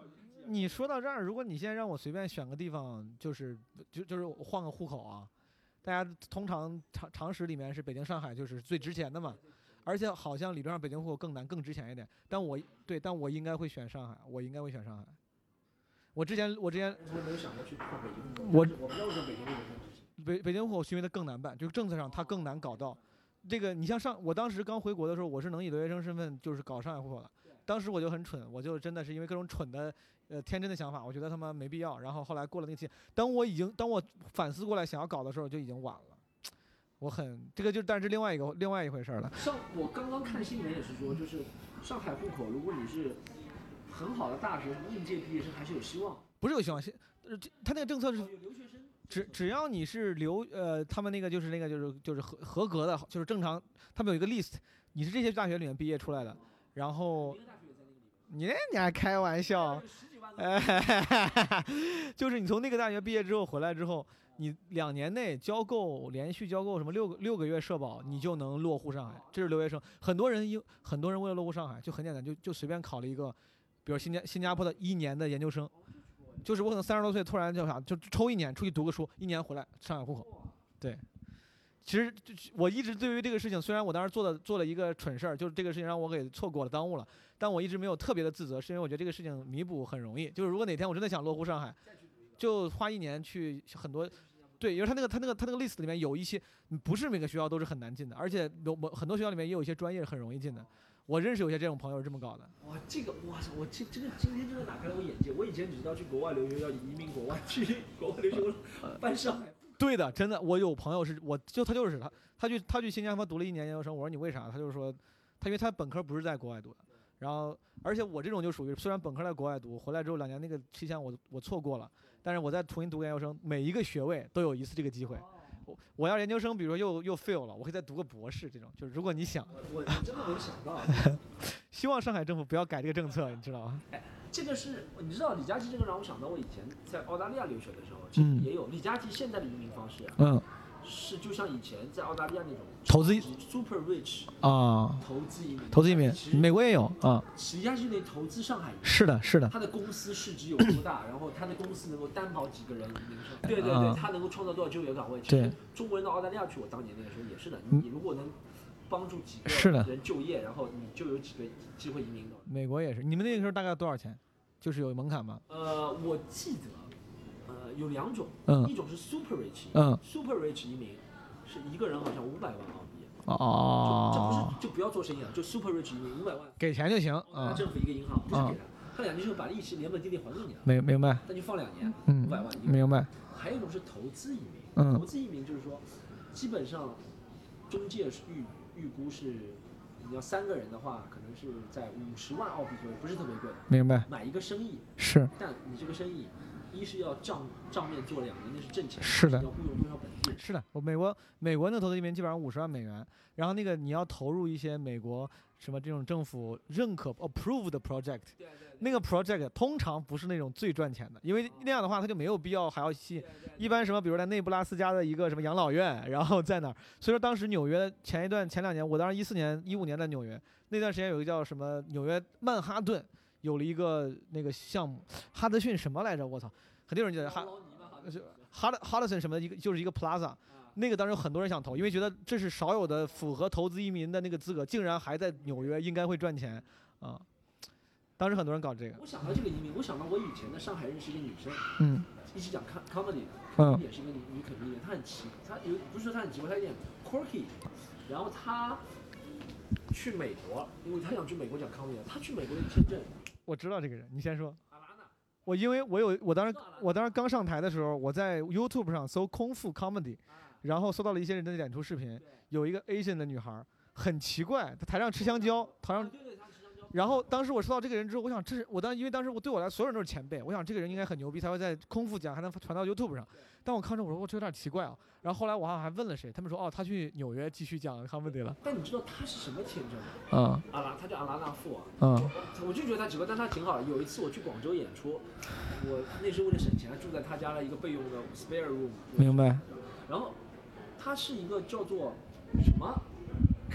B: 你说到这儿，如果你现在让我随便选个地方，就是就就是换个户口啊，大家通常常常识里面是北京、上海就是最值钱的嘛，而且好像理论上北京户口更难、更值钱一点。但我对，但我应该会选上海，我应该会选上海。我之前我之前
C: 我没有想过去换北京户口，
B: 我
C: 我不知道为什么北京户口更值钱。
B: 北北京户口是因为它更难办，就是政策上它更难搞到。这个你像上，我当时刚回国的时候，我是能以留学生身份就是搞上海户口的。当时我就很蠢，我就真的是因为各种蠢的呃天真的想法，我觉得他妈没必要。然后后来过了那个期，当我已经当我反思过来想要搞的时候，就已经晚了。我很这个就但是另外一个另外一回事了。
C: 上我刚刚看新闻也是说，就是上海户口，如果你是很好的大学应届毕业生，还是有希望。
B: 不是有希望，呃，他那个政策是
C: 有留学生。
B: 只只要你是留呃，他们那个就是那个就是就是合合格的，就是正常，他们有一个 list， 你是这些大学里面毕业出来的，然后你你还开玩笑，哎，就是你从那个大学毕业之后回来之后，你两年内交够连续交够什么六个六个月社保，你就能落户上海。这是留学生，很多人因很多人为了落户上海，就很简单，就就随便考了一个，比如新加新加坡的一年的研究生。就是我可能三十多岁突然就想就抽一年出去读个书，一年回来上海户口。对，其实我一直对于这个事情，虽然我当时做的做了一个蠢事儿，就是这个事情让我给错过了耽误了，但我一直没有特别的自责，是因为我觉得这个事情弥补很容易。就是如果哪天我真的想落户上海，就花一年去很多。对，因为他那个他那个他那个 list 里面有一些不是每个学校都是很难进的，而且有很多学校里面也有一些专业是很容易进的。我认识有些这种朋友是这么搞的。
C: 哇，这个哇塞，我这这个今天真的打开了我眼界。我以前只知道去国外留学要移民国外，去国外留学搬上海。
B: 对的，真的，我有朋友是，我就他就是他，他去他去新加坡读了一年研究生。我说你为啥？他就是说，他因为他本科不是在国外读的，然后而且我这种就属于虽然本科在国外读，回来之后两年那个期限我我错过了，但是我再重新读研究生，每一个学位都有一次这个机会。我我要研究生，比如说又又 fail 了，我可以再读个博士，这种就是如果你想，
C: 我我真的没有想到。
B: 希望上海政府不要改这个政策，你知道吗？
C: 哎，这个是你知道李佳琦这个让我想到我以前在澳大利亚留学的时候，其实也有、嗯、李佳琦现在的移民方式啊，
B: 嗯，
C: 是就像以前在澳大利亚那种
B: 投资
C: super rich
B: 啊，
C: 投资移民，
B: 投资移民，美国也有啊。
C: 李佳琦得投资上海移民，
B: 是的，是的。
C: 他的公司市值有多大？然后他的公司能够担保几个人移民生？对对对，他能够创造多少就业岗位？其实中国人到澳大利亚去，我当年那个时候也是的。你如果能帮助几个人就业，然后你就有几个机会移民的。
B: 美国也是，你们那个时候大概多少钱？就是有门槛吗？
C: 呃，我记得，呃，有两种，
B: 嗯，
C: 一种是 super rich，
B: 嗯
C: ，super rich 移民是一个人好像五百万澳币。
B: 哦，
C: 这不是就不要做生意了，就 super rich 移民五百万，
B: 给钱就行
C: 啊。政府一个银行不是给他，他两年之后把利息连本带利还给你了。
B: 明明白。
C: 那就放两年，
B: 嗯，
C: 五百万一个。
B: 明白。
C: 还有一种是投资移民，
B: 嗯，
C: 投资移民就是说，基本上中介是预预估是，你要三个人的话，可能是在五十万澳币左右，不是特别贵。
B: 明白。
C: 买一个生意
B: 是，
C: 但你这个生意，一是要账账面做两年，那是挣钱，
B: 是的，
C: 要雇佣多少本地人。
B: 是的，我美国美国那投资移民基本上五十万美元，然后那个你要投入一些美国什么这种政府认可 approved 的 project，
C: 对对对，
B: 那个 project 通常不是那种最赚钱的，因为那样的话它就没有必要还要吸引。一般什么，比如在内布拉斯加的一个什么养老院，然后在哪儿？所以说当时纽约前一段前两年，我当时一四年一五年在纽约那段时间有一个叫什么纽约曼哈顿有了一个那个项目，哈德逊什么来着？我操，很多人记得哈哈德哈德森什么的一个就是一个 plaza。那个当时有很多人想投，因为觉得这是少有的符合投资移民的那个资格，竟然还在纽约，应该会赚钱啊！当时很多人搞这个。
C: 我想到这个移民，我想到我以前在上海认识一个女生，
B: 嗯，
C: 一起讲 comedy 的，
B: 嗯，
C: 也是一个女女肯定的，她很奇，她有不是说她很奇怪，她有点 quirky， 然后她去美国，因为她想去美国讲 comedy， 她去美国的签证。
B: 我知道这个人，你先说。
C: 阿拉娜。
B: 我因为我有我当时我当时刚上台的时候，我在 YouTube 上搜空腹 comedy。然后搜到了一些人的演出视频，有一个 Asian 的女孩，很奇怪，她台上吃香蕉，台上，然后当时我收到这个人之后，我想这是我当因为当时我对我来所有人都是前辈，我想这个人应该很牛逼，才会在空腹讲，还能传到 YouTube 上。但我看着我说我这有点奇怪啊。然后后来我好像还问了谁，他们说哦他去纽约继续讲 comedy 了。
C: 但你知道他是什么签证吗？
B: 嗯，
C: 阿拉，他叫阿拉纳富啊。
B: 嗯，
C: 我就觉得他奇怪，但他挺好的。有一次我去广州演出，我那时候为了省钱，住在他家的一个备用的 spare room。
B: 明白。
C: 然后。它是一个叫做什么 cash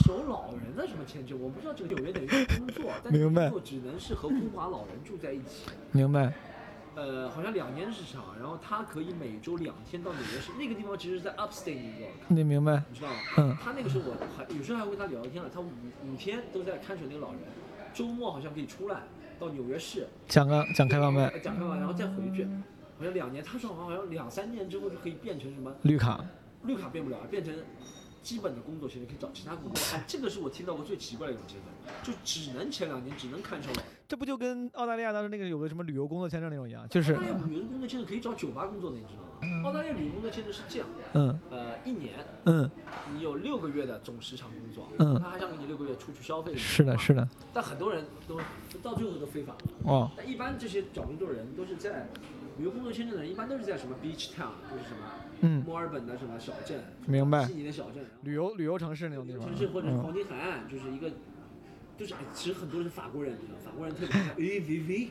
C: 守老人的什么签证，我不知道这个纽约等于是工作，但是工作只能是和孤寡老人住在一起。
B: 明白。
C: 呃，好像两年时长，然后他可以每周两天到纽约市，那个地方其实是在 Upstate New York。
B: 你明白？
C: 你知道吗？
B: 嗯。
C: 他那个时候我还有时候还会跟他聊天了，他五五天都在看守那个老人，周末好像可以出来到纽约市
B: 讲个讲开放麦，
C: 讲开放，然后再回去，好像两年，他说好像两三年之后就可以变成什么
B: 绿卡，
C: 绿卡变不了，变成基本的工作，现在可以找其他工作。哎，这个是我听到过最奇怪的一种签证，就只能前两年只能看守老人。
B: 这不就跟澳大利亚当时那个有个什么旅游工作签证那种一样，就是
C: 澳大利亚旅游工作签证可以找酒吧工作的，你知道吗？澳大利亚旅游工作签证是这样，
B: 嗯，
C: 呃，一年，
B: 嗯，
C: 你有六个月的总时长工作，
B: 嗯，
C: 他还想给你六个月出去消费。
B: 是的，是的。
C: 但很多人都到最后都非法了。
B: 哦。
C: 但一般这些找工作的人都是在旅游工作签证的人，一般都是在什么 beach town， 就是什么，
B: 嗯，
C: 墨尔本的什么小镇，
B: 明白，
C: 悉尼的小镇，
B: 旅游旅游城市那种地方，
C: 城市或者黄金海岸，就是一个。就是哎，其实很多人是法国人，你知道，法国人特别哎喂喂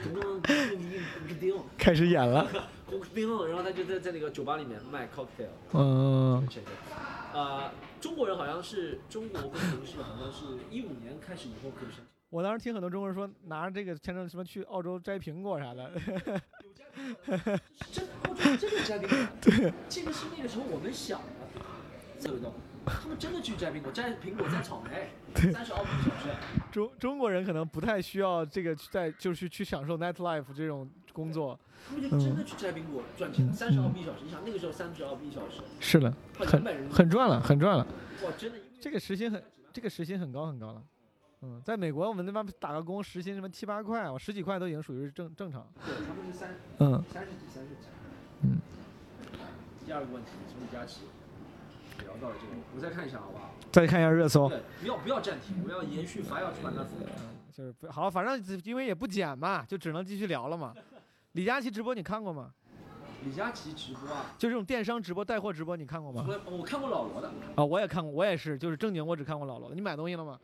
C: 喂，
B: 开始演了，
C: 然后他就在在那个酒吧里面卖 cocktail，
B: 嗯，
C: 呃，中国人好像是中国公民是好像是一五年开始以后可以申请。
B: 我当时听很多中国人说，拿着这个签证什么去澳洲摘苹果啥的。
C: 有摘苹果的，真澳洲真的摘苹果。对，这个是那个时候我们想的，这个他们真的去摘苹果，摘苹果摘草莓，三十澳币一小时。
B: 中中国人可能不太需要这个在就是去享受 night life 这种工作。
C: 他们就真的去摘苹果赚钱，三十澳币一小时，你想那个时候三十澳币一小时。
B: 是的，很很赚了，很赚了。
C: 哇，真的。
B: 这个时薪很，这个时薪很高很高了。嗯，在美国我们那边打个工时薪什么七八块，我十几块都已经属于正正常。
C: 对，他们是三，
B: 嗯，
C: 三十几三十几。
B: 嗯。
C: 第二个问题，从李佳琦聊到了这个，我再看一下好不好？
B: 再看一下热搜。
C: 对，不要不要暂停，我要延续法要去把它。
B: 就是不好，反正因为也不剪嘛，就只能继续聊了嘛。李佳琦直播你看过吗？
C: 李佳琦直播啊，
B: 就这种电商直播、带货直播，你看过吗？
C: 我我看过老罗的。
B: 啊，我也看过，我也是，就是正经我只看过老罗的。你买东西了吗？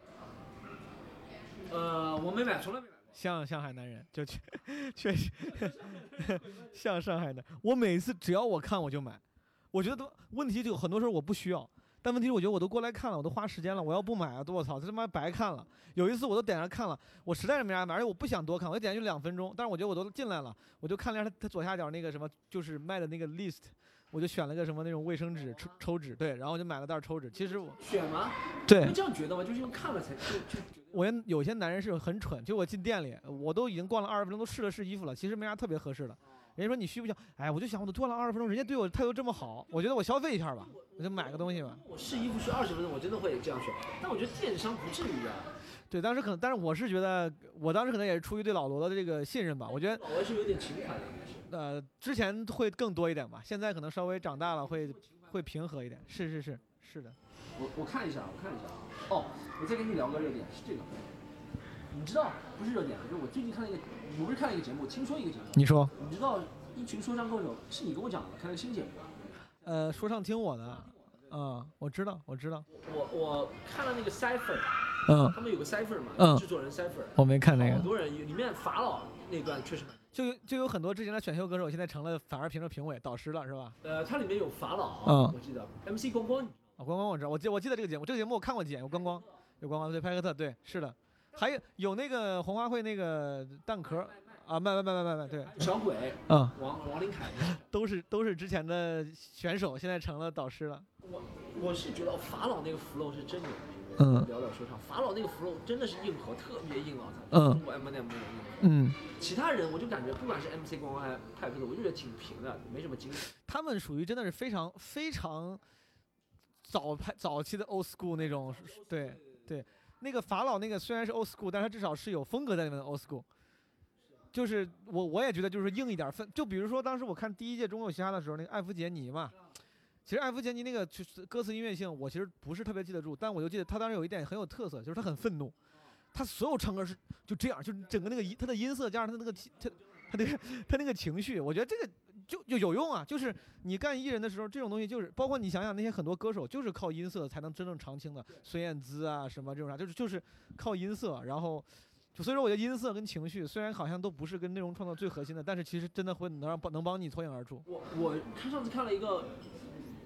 C: 呃，我没买，从来没买。
B: 像上海男人，就确确实像上海男。我每次只要我看我就买，我觉得都问题就很多时候我不需要。但问题是，我觉得我都过来看了，我都花时间了，我要不买啊，我操，这他妈白看了。有一次我都点上看了，我实在是没啥买，而且我不想多看，我就点就两分钟。但是我觉得我都进来了，我就看了一下他他左下角那个什么，就是卖的那个 list， 我就选了个什么那种卫生纸抽抽纸，对，然后我就买了袋抽纸。其实我
C: 选吗？
B: 对，
C: 会这样觉得吗？就是因为看了才就就。
B: 我有些男人是很蠢，就我进店里，我都已经逛了二十分钟，都试了试衣服了，其实没啥特别合适的。人家说你需不需要？哎，我就想我都逛了二十分钟，人家对我态度这么好，我觉得我消费一下吧，我就买个东西吧。
C: 我试衣服试二十分钟，我真的会这样选。但我觉得电商不至于啊。
B: 对，当时可能，但是我是觉得，我当时可能也是出于对老罗的这个信任吧，我觉得。
C: 老罗是有点情怀的。
B: 呃，之前会更多一点吧，现在可能稍微长大了会会平和一点。是是是是的。
C: 我我看一下，我看一下啊。哦，我再跟你聊个热点，是这个。你知道不是热点，就是我最近看了一个，我不是看了一个节目，听说一个节目。
B: 你说。
C: 你知道一群说唱歌手，是你跟我讲的，看了个新节目。
B: 呃，说唱听我的，啊、嗯，我知道，我知道。
C: 我我看了那个 Cypher，
B: 嗯，
C: 他们有个 Cypher 嘛，
B: 嗯，
C: 制作人 Cypher，
B: 我没看那个。
C: 好多人里面法老那段确实很。
B: 就就有很多之前的选秀歌手，现在成了反而评成评委、导师了，是吧？
C: 呃，它里面有法老，
B: 嗯，
C: 我记得 M C 光光，
B: 啊，光光我知道，我记我记得这个节目，这个节目我看过几眼，有光光，有光光，对，派克特，对，是的。还有有那个红花会那个蛋壳啊，卖卖卖卖卖卖，对，
C: 小鬼，
B: 嗯，
C: 王王林凯，
B: 都是都是之前的选手，现在成了导师了。
C: 我我是觉得法老那个 flow 是真牛逼，
B: 嗯，
C: 聊聊说唱，法老那个 flow 真的是硬核，特别硬啊，
B: 嗯，
C: 中国 M and M 那种硬核，
B: 嗯，
C: 其他人我就感觉不管是 M C 光光还是派克特，我就觉得挺平的，没什么精神。
B: 他们属于真的是非常非常早派早期的 old school 那种，对对。那个法老那个虽然是 old school， 但是他至少是有风格在里面的 old school。就是我我也觉得就是硬一点分，就比如说当时我看第一届中国有嘻哈的时候，那个艾弗杰尼嘛，其实艾弗杰尼那个就是歌词音乐性，我其实不是特别记得住，但我就记得他当时有一点很有特色，就是他很愤怒，他所有唱歌是就这样，就是整个那个他的音色加上他那个他他那个他那个情绪，我觉得这个。就就有用啊！就是你干艺人的时候，这种东西就是包括你想想那些很多歌手，就是靠音色才能真正长青的，孙燕姿啊什么这种啥，就是就是靠音色。然后，就所以说我觉得音色跟情绪虽然好像都不是跟内容创作最核心的，但是其实真的会能让能帮你脱颖而出。
C: 我我他上次看了一个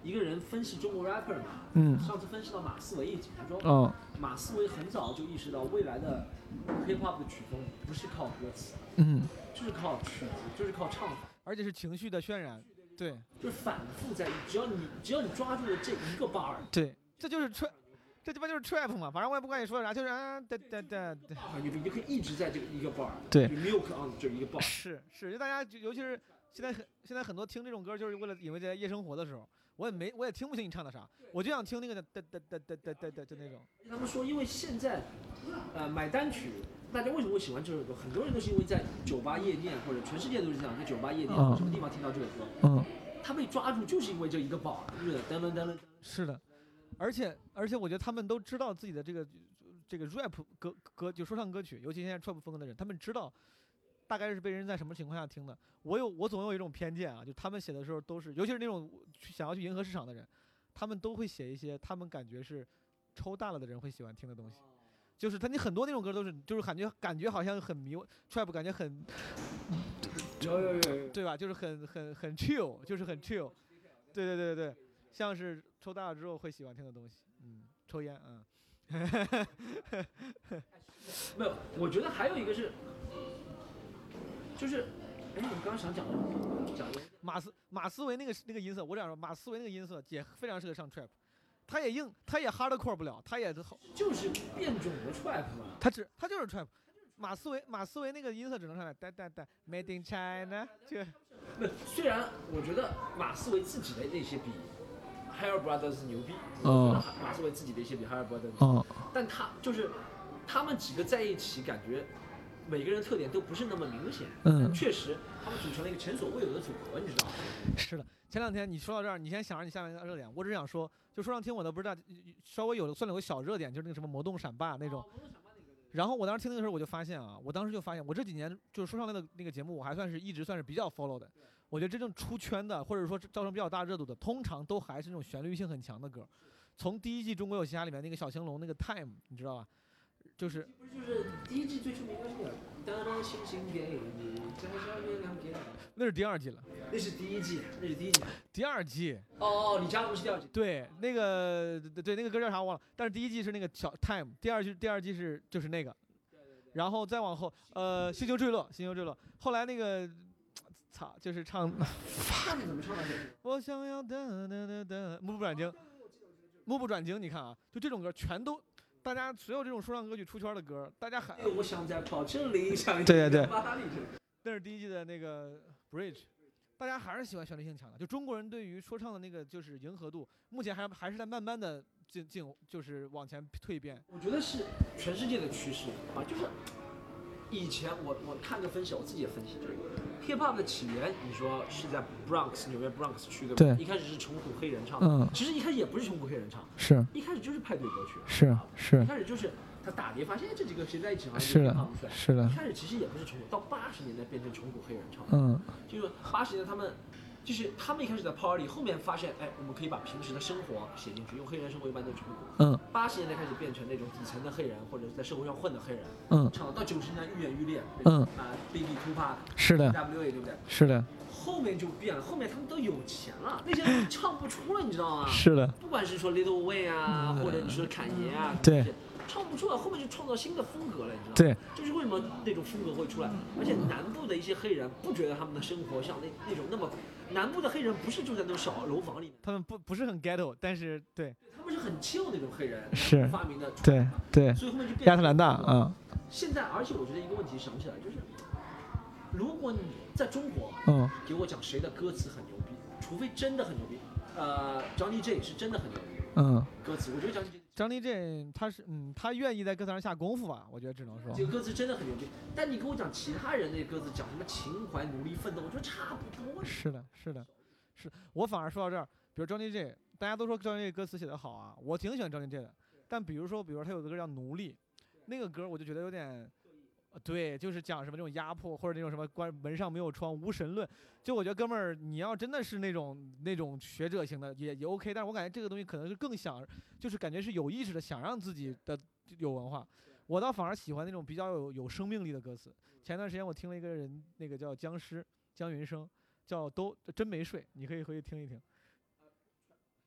C: 一个人分析中国 rapper 嘛，
B: 嗯，
C: 上次分析到马思唯一集，他说，
B: 嗯，
C: 马思唯很早就意识到未来的 hip hop 的曲风不是靠歌词，
B: 嗯，
C: 就是靠曲子，就是靠唱法，
B: 而且是情绪的渲染，对，
C: 就是反复在，只要你只要你抓住了这一个 bar，
B: 对，这就是 trap，这鸡巴就是 trap 嘛，反正我也不管你说啥，就是啊哒哒哒哒，
C: 你你就可以一直在这个一个 bar，
B: 对
C: milk on 这一个 bar，
B: 是是，就大家尤其是现在很现在很多听这种歌，就是为了因为在夜生活的时候，我也没我也听不清你唱的啥，我就想听那个哒哒哒哒哒哒哒就那种。
C: 他们说，因为现在，呃，买单曲，大家为什么会喜欢这首歌？很多人都是因为在酒吧、夜店或者全世界都是这样，在酒吧、夜店、
B: 嗯、
C: 什么地方听到这首歌，
B: 嗯，
C: 他被抓住就是因为这一个 bar， 就是噔噔噔噔。
B: 是的，而且而且我觉得他们都知道自己的这个这个 rap 歌歌就说唱歌曲，尤其现在 trap 风格的人，他们知道大概是被人在什么情况下听的。我有我总有一种偏见啊，就他们写的时候都是，尤其是那种想要去迎合市场的人，他们都会写一些他们感觉是抽大了的人会喜欢听的东西。就是他，你很多那种歌都是，就是感觉感觉好像很迷 trap， 感觉很，
C: 有有有有，
B: 对吧？就是很很很 chill， 就是很 chill， 对对对对对，像是抽大了之后会喜欢听的东西，嗯，抽烟，嗯。
C: 没有，我觉得还有一个是，就是，哎，我刚刚想讲的，讲的
B: 马思马思唯那个那个音色，我这样说，马思唯那个音色也非常适合上 trap。他也硬，他也 hardcore 不了，他也好，
C: 就是变种的 trap 嘛。
B: 他只他就是 trap， 马思唯马思唯那个音色只能上来哒哒哒 ，Made in China 就。
C: 不，虽然我觉得马思唯自己的那些比 Higher Brothers 牛逼，
B: 嗯，
C: 马思唯自己的一些比 Higher Brothers 牛逼，
B: 嗯，
C: 但他就是他们几个在一起，感觉每个人特点都不是那么明显，
B: 嗯，
C: 确实他们组成了一个前所未有的组合，你知道吗？
B: 是的。前两天你说到这儿，你先想着你下面一个热点，我只想说，就说唱听我的不是大，稍微有算有个小热点，就是那个什么魔动闪霸那种。然后我当时听那个时候，我就发现啊，我当时就发现，我这几年就是说唱类的那个节目，我还算是一直算是比较 follow 的。我觉得真正出圈的，或者说造成比较大热度的，通常都还是那种旋律性很强的歌。从第一季《中国有嘻哈》里面那个小青龙那个 Time， 你知道吧？就是
C: 不是就是第一季最出名的是那个当当星星给你，摘下月亮给你。
B: 那是第二季了。
C: 那是第一季，那是第一季。
B: 第二季。
C: 哦，你加的不是第二季。
B: 对，那个对那个歌叫啥我忘了，但是第一季是那个小 Time， 第二季第二季是就是那个，然后再往后，呃，星球坠落，星球坠落，后来那个，操，就是唱。
C: 那你怎么唱的？
B: 我想要的的的的，目不转睛，目不转睛，你看啊，就这种歌全都。大家所有这种说唱歌曲出圈的歌，大家还
C: 我想在跑车里想
B: 对对对，那是第一季的那个 Bridge， 大家还是喜欢旋律性强的。就中国人对于说唱的那个就是迎合度，目前还还是在慢慢的进进就是往前蜕变。
C: 我觉得是全世界的趋势啊，就是以前我我看个分析，我自己也分析，就是 hip hop 的起源，你说是在 Bronx 纽约 Bronx 区对吧？
B: 对，
C: 一开始是穷苦黑人唱，
B: 嗯，
C: 其实一开始也不是穷苦黑人唱，
B: 是，
C: 一开始就是派对歌曲，
B: 是是，
C: 一开始就是他打碟发现这几个谁在一起好像
B: 是的，是的，
C: 一开始其实也不是穷苦，到八十年代变成穷苦黑人唱，
B: 嗯，
C: 就是八十年代他们。就是他们一开始在 party， 后面发现，哎，我们可以把平时的生活写进去，因为黑人生活一般都穷苦。
B: 嗯。
C: 八十年代开始变成那种底层的黑人，或者在社会上混的黑人。
B: 嗯。
C: 唱到九十年代愈演愈烈。
B: 嗯。
C: 啊 ，Baby Tupac。
B: 是的。
C: W A 对不对？
B: 是的。
C: 后面就变了，后面他们都有钱了，那些人唱不出了，你知道吗？
B: 是的。
C: 不管是说 Little Wayne 啊，
B: 嗯、
C: 或者你说侃爷啊，
B: 对。
C: 唱不出来，后面就创造新的风格了，你知道吗？
B: 对，
C: 就是为什么那种风格会出来，而且南部的一些黑人不觉得他们的生活像那那种那么，南部的黑人不是住在那种小楼房里面，
B: 他们不不是很 ghetto， 但是对，
C: 他们是很 chill 那种黑人，
B: 是
C: 发明的，
B: 对对，
C: 所以后面就变
B: 亚特兰大啊。
C: 现在，而且我觉得一个问题想起来就是，如果你在中国，
B: 嗯，
C: 给我讲谁的歌词很牛逼，除非真的很牛逼，呃 ，Johnny J 是真的很牛逼，
B: 嗯，
C: 歌词，我觉得 Johnny J。
B: 张立振他是嗯，他愿意在歌词上下功夫吧，我觉得只能说。
C: 这个歌词真的很牛逼，但你跟我讲其他人那歌词讲什么情怀、努力、奋斗，我觉得差不多。
B: 是的，是的，是我反而说到这儿，比如张立振，大家都说张立振歌词写得好啊，我挺喜欢张立振的。但比如说，比如说他有个歌叫《奴隶》，那个歌我就觉得有点，对，就是讲什么这种压迫或者那种什么关门上没有窗、无神论。就我觉得哥们儿，你要真的是那种那种学者型的也也 OK， 但是我感觉这个东西可能是更想，就是感觉是有意识的想让自己的有文化。我倒反而喜欢那种比较有有生命力的歌词。前段时间我听了一个人，那个叫僵尸江云生，叫都真没睡，你可以回去听一听。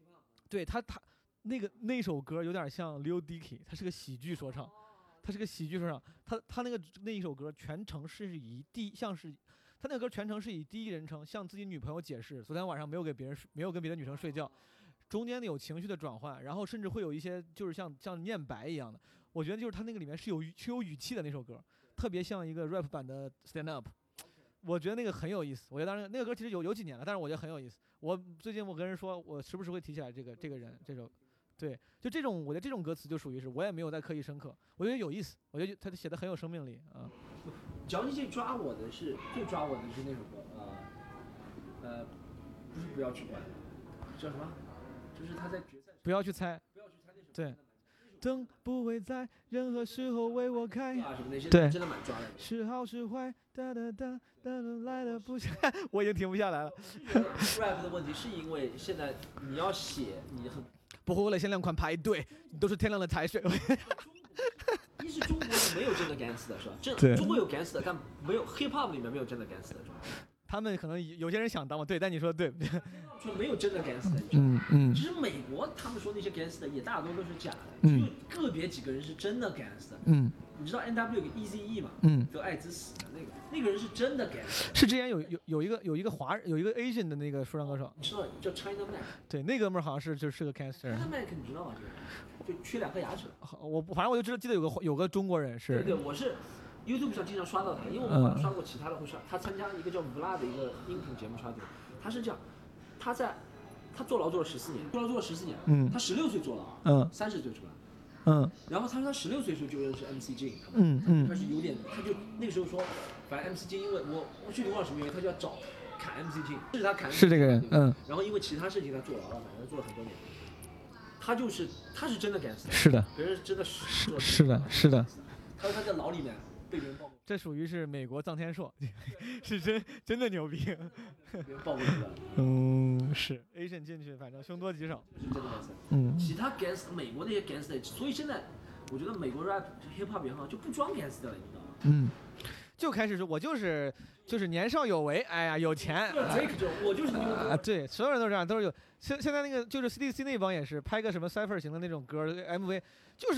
B: 对他他那个那首歌有点像 Lil Dicky， 他是个喜剧说唱，他是个喜剧说唱，他他那个那一首歌全程是以第像是。他那个歌全程是以第一人称向自己女朋友解释，昨天晚上没有给别人没有跟别的女生睡觉，中间有情绪的转换，然后甚至会有一些就是像像念白一样的，我觉得就是他那个里面是有是有语气的那首歌，特别像一个 rap 版的 Stand Up， 我觉得那个很有意思。我觉得当然那个歌其实有有几年了，但是我觉得很有意思。我最近我跟人说，我时不时会提起来这个这个人这首，对，就这种我觉得这种歌词就属于是我也没有在刻意深刻，我觉得有意思，我觉得他写的很有生命力啊。
C: 讲起最抓我的是最抓我的是那首歌，呃呃，不是不要去管，叫什么？就是他在决赛
B: 不要去猜，
C: 不要去猜那首歌。
B: 对，灯不会在任何时候为我开。
C: 啊什么那些，
B: 对，
C: 真的蛮抓的。
B: 是好是坏，哒哒哒哒来的不想，我已经停不下来了。
C: rap 的问题是因为现在你要写，你很
B: 不会为了限量款排队，都是天量的财水。
C: 一是中国是没有真的 gangster 是吧？这
B: 对
C: 中国有 gangster， 但没有 hip hop 里面没有真的 gangster 是吧？
B: 他们可能有些人想当嘛，对，但你说对。
C: 说没有真的 gangster，
B: 嗯嗯。
C: 其实美国他们说那些 gangster 也大多都是假的，
B: 嗯，
C: 只有个别几个人是真的 gangster。
B: 嗯。
C: 你知道 N W 有个 Eazy-E 嘛？
B: 嗯。
C: 就爱之死的那个，那个人是真的 gangster。
B: 是之前有有有一个有一个华有一个 Asian 的那个说唱歌手，
C: 你知道叫 China Mac？
B: 对，那哥们儿好像是就是个 gangster。
C: China Mac 你知道吗？就就缺两颗牙齿。
B: 我反正我就知道记得有个有个中国人是。
C: 对对，我是 YouTube 上经常刷到他，因为我们刷过其他的会刷。他参加一个叫 Vlog 的一个音频节目刷到，他是这样，他在他坐牢坐了十四年，坐牢坐了十四年。
B: 嗯。
C: 他十六岁坐牢，
B: 嗯，
C: 三十岁出来。
B: 嗯，
C: 然后他说他十六岁时候就认识 M C Jin，
B: 嗯嗯，
C: 他是有点，他就那个时候说，反正 M C Jin 因为我我具体忘了什么原因，他就要找砍 M C Jin， 是他砍，
B: 是这个人，嗯，
C: 然后因为其他事情他坐牢了，反正坐了很多年，他就是他是真的 gangster，
B: 是的，
C: 别人真的是
B: 是的，是的，
C: 他说他在牢里面被别人报过，
B: 这属于是美国臧天朔，是真真的牛逼，
C: 别人报过去的，
B: 嗯，是 Asian 进去，反正凶多吉少，
C: 是真的 gangster，
B: 嗯，
C: 其他 gangster 美国那些 gangster， 所以现在我觉得美国 rap hip hop 也好，就不装 gangster 了，你知道吗？
B: 嗯，就开始说我就是就是年少有为，哎呀有钱，
C: Drake 就我就是牛
B: 啊，对，所有人都这样，都是有。现现在那个就是 C D C 那帮也是拍个什么 cipher 型的那种歌 M V， 就是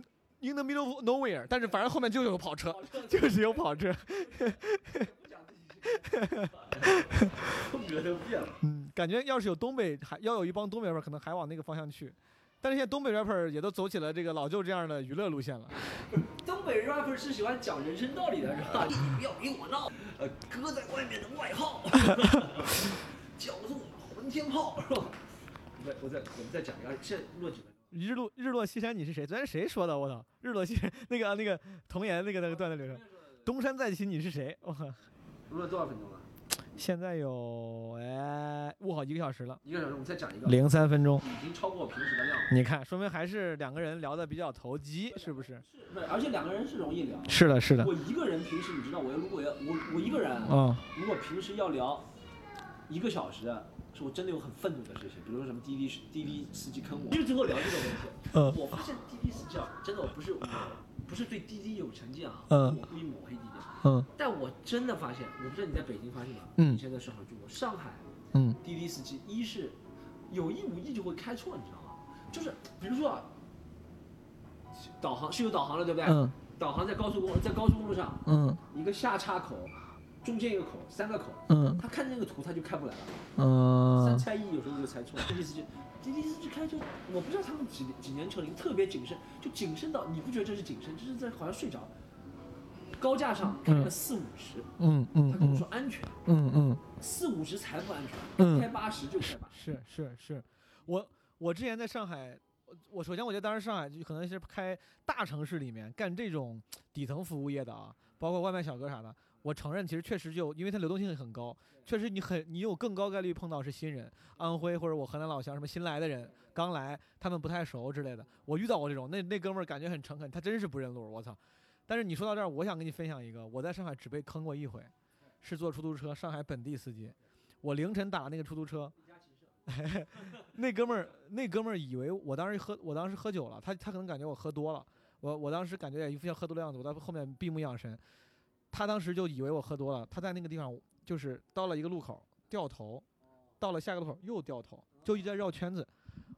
B: in the middle of nowhere， 但是反正后面就有跑车，就是有跑车。
C: 风格都变了。
B: 嗯，感觉要是有东北，还要有一帮东北 rapper， 可能还往那个方向去。但是现在东北 rapper 也都走起了这个老舅这样的娱乐路线了。
C: 东北 rapper 是喜欢讲人生道理的，是吧？你不要给我闹，呃，哥在外面的外号，叫做混天炮，是吧？我再我再我们再讲一个，现在录几分钟？
B: 日落日落西山你是谁？昨天谁说的？我操！日落西山那个那个童颜那个那个段子里头，东山再起你是谁？我靠！
C: 录了多少分钟了？
B: 现在有哎，误好一个小时了。
C: 一个小时，我们再讲一个。
B: 零三分钟，
C: 已经超过我平时的量了。
B: 你看，说明还是两个人聊的比较投机，是不是？
C: 是，而且两个人是容易聊。
B: 是的，是的。
C: 我一个人平时你知道，我要如果要我我一个人，
B: 嗯，
C: 如果平时要聊一个小时，是我真的有很愤怒的事情，比如说什么滴滴滴滴司机坑我，就是最后聊这个问题。
B: 嗯，
C: 我发现滴滴司机啊，真的我不是我不是对滴滴有成见啊，
B: 嗯，
C: 我故意抹黑滴滴。
B: 嗯，
C: 但我真的发现，我不知道你在北京发现吗？
B: 嗯，
C: 以前在上海住过，上海，
B: 嗯，
C: 滴滴司机一是有意无意就会开错，你知道吗？就是比如说啊，导航是有导航的，对不对？
B: 嗯，
C: 导航在高速公在高速公路上，
B: 嗯，
C: 一个下岔口，中间一个口，三个口，
B: 嗯，
C: 他看那个图他就开不来了，
B: 嗯，
C: 三猜一有时候就猜错。滴滴司机，滴滴司机开车，我不知道他们几几年车龄特别谨慎，就谨慎到你不觉得这是谨慎，这是在好像睡着。高架上开了四五十，
B: 嗯嗯，
C: 他跟我说安全，
B: 嗯嗯，
C: 四五十才不安全，
B: 嗯，
C: 开八十就开八十。
B: 是是是，我我之前在上海，我首先我觉得当时上海就可能是开大城市里面干这种底层服务业的啊，包括外卖小哥啥的，我承认其实确实就因为它流动性很高，确实你很你有更高概率碰到是新人，安徽或者我河南老乡什么新来的人刚来，他们不太熟之类的，我遇到过这种，那那哥们儿感觉很诚恳，他真是不认路，我操。但是你说到这儿，我想跟你分享一个，我在上海只被坑过一回，是坐出租车，上海本地司机，我凌晨打那个出租车，那哥们儿那哥们儿以为我当时喝我当时喝酒了，他他可能感觉我喝多了，我我当时感觉也一副像喝多的样子，我到后面闭目养神，他当时就以为我喝多了，他在那个地方就是到了一个路口掉头，到了下个路口又掉头，就一直在绕圈子。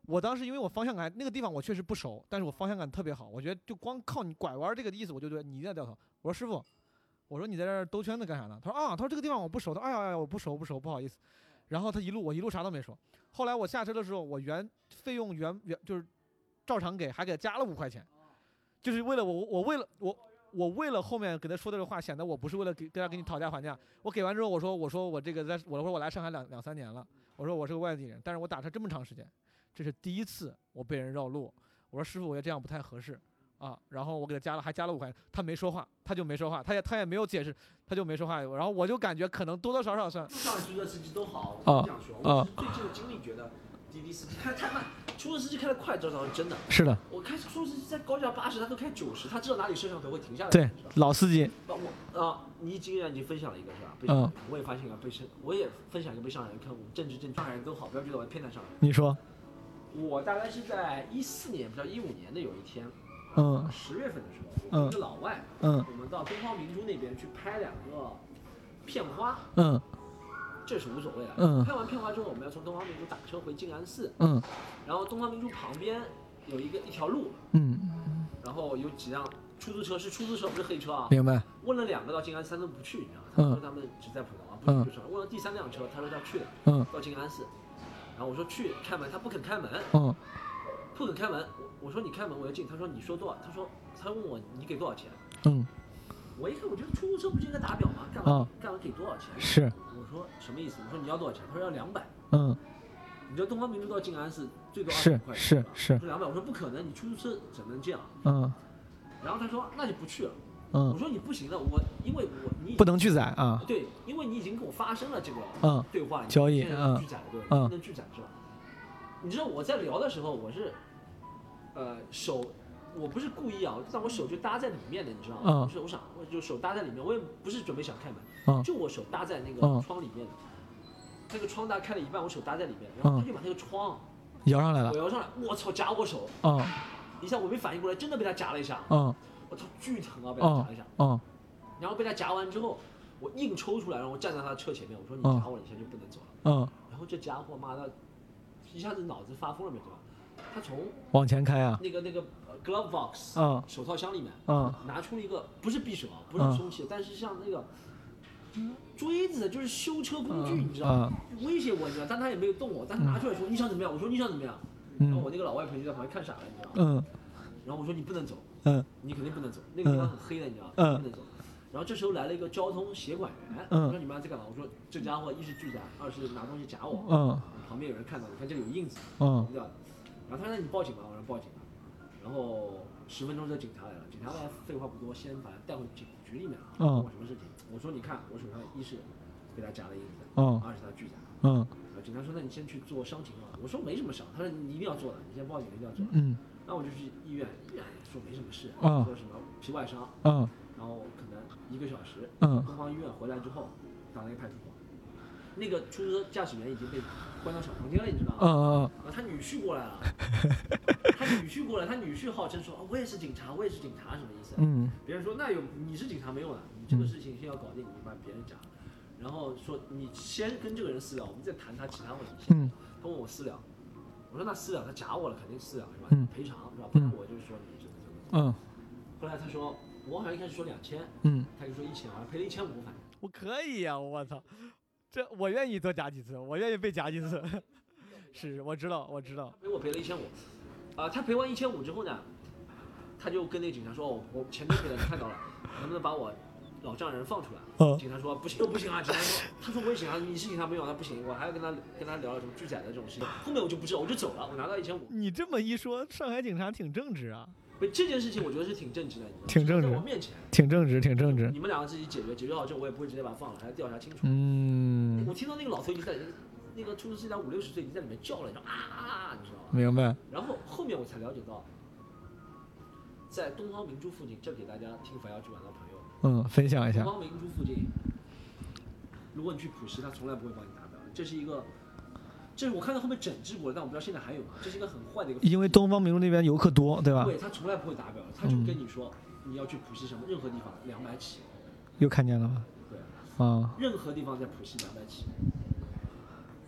B: 我当时因为我方向感那个地方我确实不熟，但是我方向感特别好，我觉得就光靠你拐弯这个意思，我就觉得你一定要掉头。我说师傅，我说你在这儿兜圈子干啥呢？他说啊，他说这个地方我不熟。他说哎呀哎呀我不熟不熟不好意思。然后他一路我一路啥都没说。后来我下车的时候，我原费用原原就是照常给，还给加了五块钱，就是为了我我为了我我为了后面给他说这个话，显得我不是为了给大家跟你讨价还价。我给完之后我说我说我这个在我说我来上海两两三年了，我说我是个外地人，但是我打车这么长时间，这是第一次我被人绕路。我说师傅我觉得这样不太合适。啊，然后我给他加了，还加了五块钱，他没说话，他就没说话，他也他也没有解释，他就没说话。然后我就感觉可能多多少少算。
C: 上海出租车司机都好，我这样说，
B: 啊、
C: 我是最近的经历觉得滴滴司机开太慢，出租车司机开得快，这倒是真的。
B: 是的。
C: 我开出租车司机在高架八十，他都开九十，他知道哪里摄像头会停下来。
B: 对，老司机。
C: 我啊，你经验已经分享了一个是吧？被
B: 嗯。
C: 我也发现一个被上，我也分享一个被上海人坑。我们政治正上海人都好，不要觉得我偏袒上海人。
B: 你说。
C: 我大概是在一四年，不知道一五年的有一天。
B: 嗯，
C: 十月份的时候，我跟一个老外，
B: 嗯，
C: 我们到东方明珠那边去拍两个片花，
B: 嗯，
C: 这是无所谓的，
B: 嗯，
C: 拍完片花之后，我们要从东方明珠打车回静安寺，
B: 嗯，
C: 然后东方明珠旁边有一个一条路，
B: 嗯，
C: 然后有几辆出租车，是出租车不是黑车啊，
B: 明白？
C: 问了两个到静安寺，他们不去，你知道吗？
B: 嗯，
C: 他说他们只在浦东啊，不去就算了。问了第三辆车，他说要去的，
B: 嗯，
C: 到静安寺，然后我说去开门，他不肯开门，
B: 嗯，
C: 不肯开门，我我说你开门我要进，他说你说多少？他说他问我你给多少钱？
B: 嗯，
C: 我一看我觉得出租车不是应该打表吗？干嘛、嗯、干嘛给多少钱？
B: 是，
C: 我说什么意思？我说你要多少钱？他说要两百。
B: 嗯，
C: 你知道东方明珠到静安寺最多二十块，
B: 是是是，
C: 我说两百，我说不可能，你出租车怎么能这样？
B: 嗯，
C: 然后他说那就不去了。
B: 嗯，
C: 我说你不行的，我因为我你
B: 不能拒载啊。
C: 对，因为你已经跟我发生了这个
B: 嗯
C: 对话，
B: 交易，
C: 嗯，拒载了对吧？
B: 嗯，
C: 不能拒载是吧？你知道我在聊的时候，我是呃手。我不是故意啊，但我手就搭在里面的，你知道吗？
B: 嗯，
C: 我是我想，我就手搭在里面，我也不是准备想开门，
B: 嗯，
C: 就我手搭在那个窗里面，
B: 嗯、
C: 那个窗大开了一半，我手搭在里面，然后他就把那个窗
B: 摇上来了，
C: 我摇上来，我操，夹我手，
B: 嗯，
C: 一下我没反应过来，真的被他夹了一下，
B: 嗯，
C: 我操，巨疼啊，被他夹了一下，
B: 嗯，
C: 然后被他夹完之后，我硬抽出来，然后我站在他的车前面，我说你夹我，你现在就不能走了，
B: 嗯，
C: 然后这家伙妈的，一下子脑子发疯了没对吧？他从
B: 往前开啊，
C: 那个那个 glove box，
B: 嗯，
C: 手套箱里面，
B: 嗯，
C: 拿出了一个不是匕首啊，不是凶器，嗯、但是像那个锥子，就是修车工具，
B: 嗯、
C: 你知道吗？嗯、威胁我，你知道，但他也没有动我，但他拿出来说、嗯、你想怎么样？我说你想怎么样？
B: 嗯、
C: 然后我那个老外朋友就在旁边看傻了，你知道吗？
B: 嗯，
C: 然后我说你不能走，
B: 嗯，
C: 你肯定不能走，那个地方很黑的，你知道吗？
B: 嗯，
C: 不能走。然后这时候来了一个交通协管员，
B: 嗯，
C: 我说你们在干嘛？我说这家伙一是拒载，二是拿东西夹我，
B: 嗯，
C: 旁边有人看到，你看这里有印子，
B: 嗯，
C: 对吧？然后他说那你报警吧，我说报警了。然后十分钟之后警察来了，警察来废话不多，先把他带回警局里面了，问我什么事情？我说你看我手上一是被他夹了印子，
B: 嗯，
C: 二是他拒载，
B: 嗯。
C: 然后警察说那你先去做伤情啊，我说没什么伤，他说你一定要做的，你先报警一定要做。
B: 嗯。
C: 那我就去医院，医院说没什么事，
B: 嗯，
C: 说什么皮外伤，
B: 嗯，
C: 然后可能一个小时，
B: 嗯，
C: 东方医院回来之后打了一个派出所，那个出租车驾驶员已经被关到小房间了，你知道吗？
B: 嗯嗯嗯。
C: 然后他女婿过来了，他女婿过来，他女婿号称说、哦、我也是警察，我也是警察，什么意思？
B: 嗯。
C: 别人说那有你是警察没用的，你这个事情先要搞定，你把别人夹了，然后说你先跟这个人私聊，我们再谈他其他问题。
B: 嗯。
C: 他问我私聊，我说那私聊他夹我了，肯定私聊是吧？
B: 嗯。
C: 赔偿是吧？不然我就是说你这个这个。
B: 嗯。
C: 后来他说我好像一开始说两千，
B: 嗯，
C: 他就说一千，好像赔了一千五，反正。
B: 我可以呀、啊，我操，这我愿意多夹几次，我愿意被夹几次。是，我知道，我知道。
C: 赔我赔了一千五，啊，他赔完一千五之后呢，他就跟那个警察说，哦，我钱都赔了，你看到了，能不能把我老丈人放出来？
B: 嗯、
C: 警察说不行，不行啊！警察说，他说我也行啊，你是警察没有？他不行，我还要跟他跟他聊了什么拒载的这种事情。后面我就不知道，我就走了，我拿到一千五。
B: 你这么一说，上海警察挺正直啊。
C: 这件事情我觉得是挺正直的，你知道吗？
B: 挺正直，
C: 在我面前，
B: 挺正直，挺正直。
C: 你们两个自己解决，解决好之后，我也不会直接把他放了，还要调查清楚。
B: 嗯。
C: 我听到那个老头已经在，那个出租车司机五六十岁已经在里面叫了，你知道啊啊，你知道吗？
B: 明白。
C: 然后后面我才了解到，在东方明珠附近，这给大家听法要去玩的朋友，
B: 嗯，分享一下。
C: 东方明珠附近，如果你去普什，他从来不会帮你打表，这是一个。这是我看到后面整治过了，但我不知道现在还有吗？这是一个很坏的一个。
B: 因为东方明珠那边游客多，对吧？
C: 对，他从来不会打表，他就跟你说、嗯、你要去浦西什么任何地方两百起。
B: 又看见了吗？
C: 对。
B: 啊。
C: 任何地方在浦西两百起。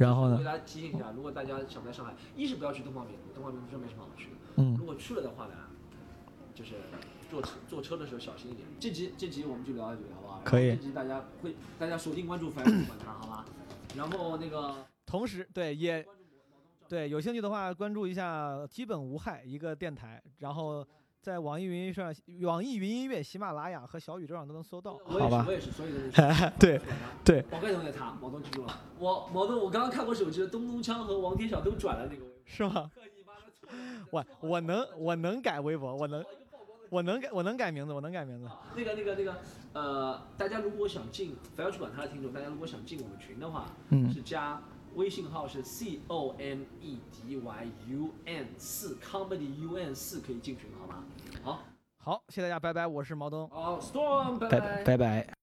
B: 然后呢
C: 我给大家提醒一下，如果大家想在上海，一是不要去东方明珠，东方明珠真没什么好去的。
B: 嗯
C: 如果去了的话呢，就是坐车坐车的时候小心一点。这集这集我们就聊到这里，好不好？
B: 可以。
C: 这集大家会大家锁定关注反正管他，好吧？然后那个
B: 同时对也对有兴趣的话关注一下基本无害一个电台，然后在网易云上、网易云音乐、喜马拉雅和小宇宙上都能搜到，好吧？
C: 我也是，所有的
B: 对对。
C: 宝盖头在他，毛东记住了。我毛东，我刚刚看过手机的东东锵和王天晓都转了那个微博，
B: 是吗？我我能我能改微博，我能我能改我能改名字，我能改名字。
C: 那个那个那个呃，大家如果想进，不要去管他的听众，大家如果想进我们群的话，
B: 嗯，
C: 是加微信号是 C O M E D Y U N 四 comedy U N 四可以进群，好吗？好，
B: 好，谢谢大家，拜拜，我是毛东。
C: 好 ，Storm，拜
B: 拜拜拜。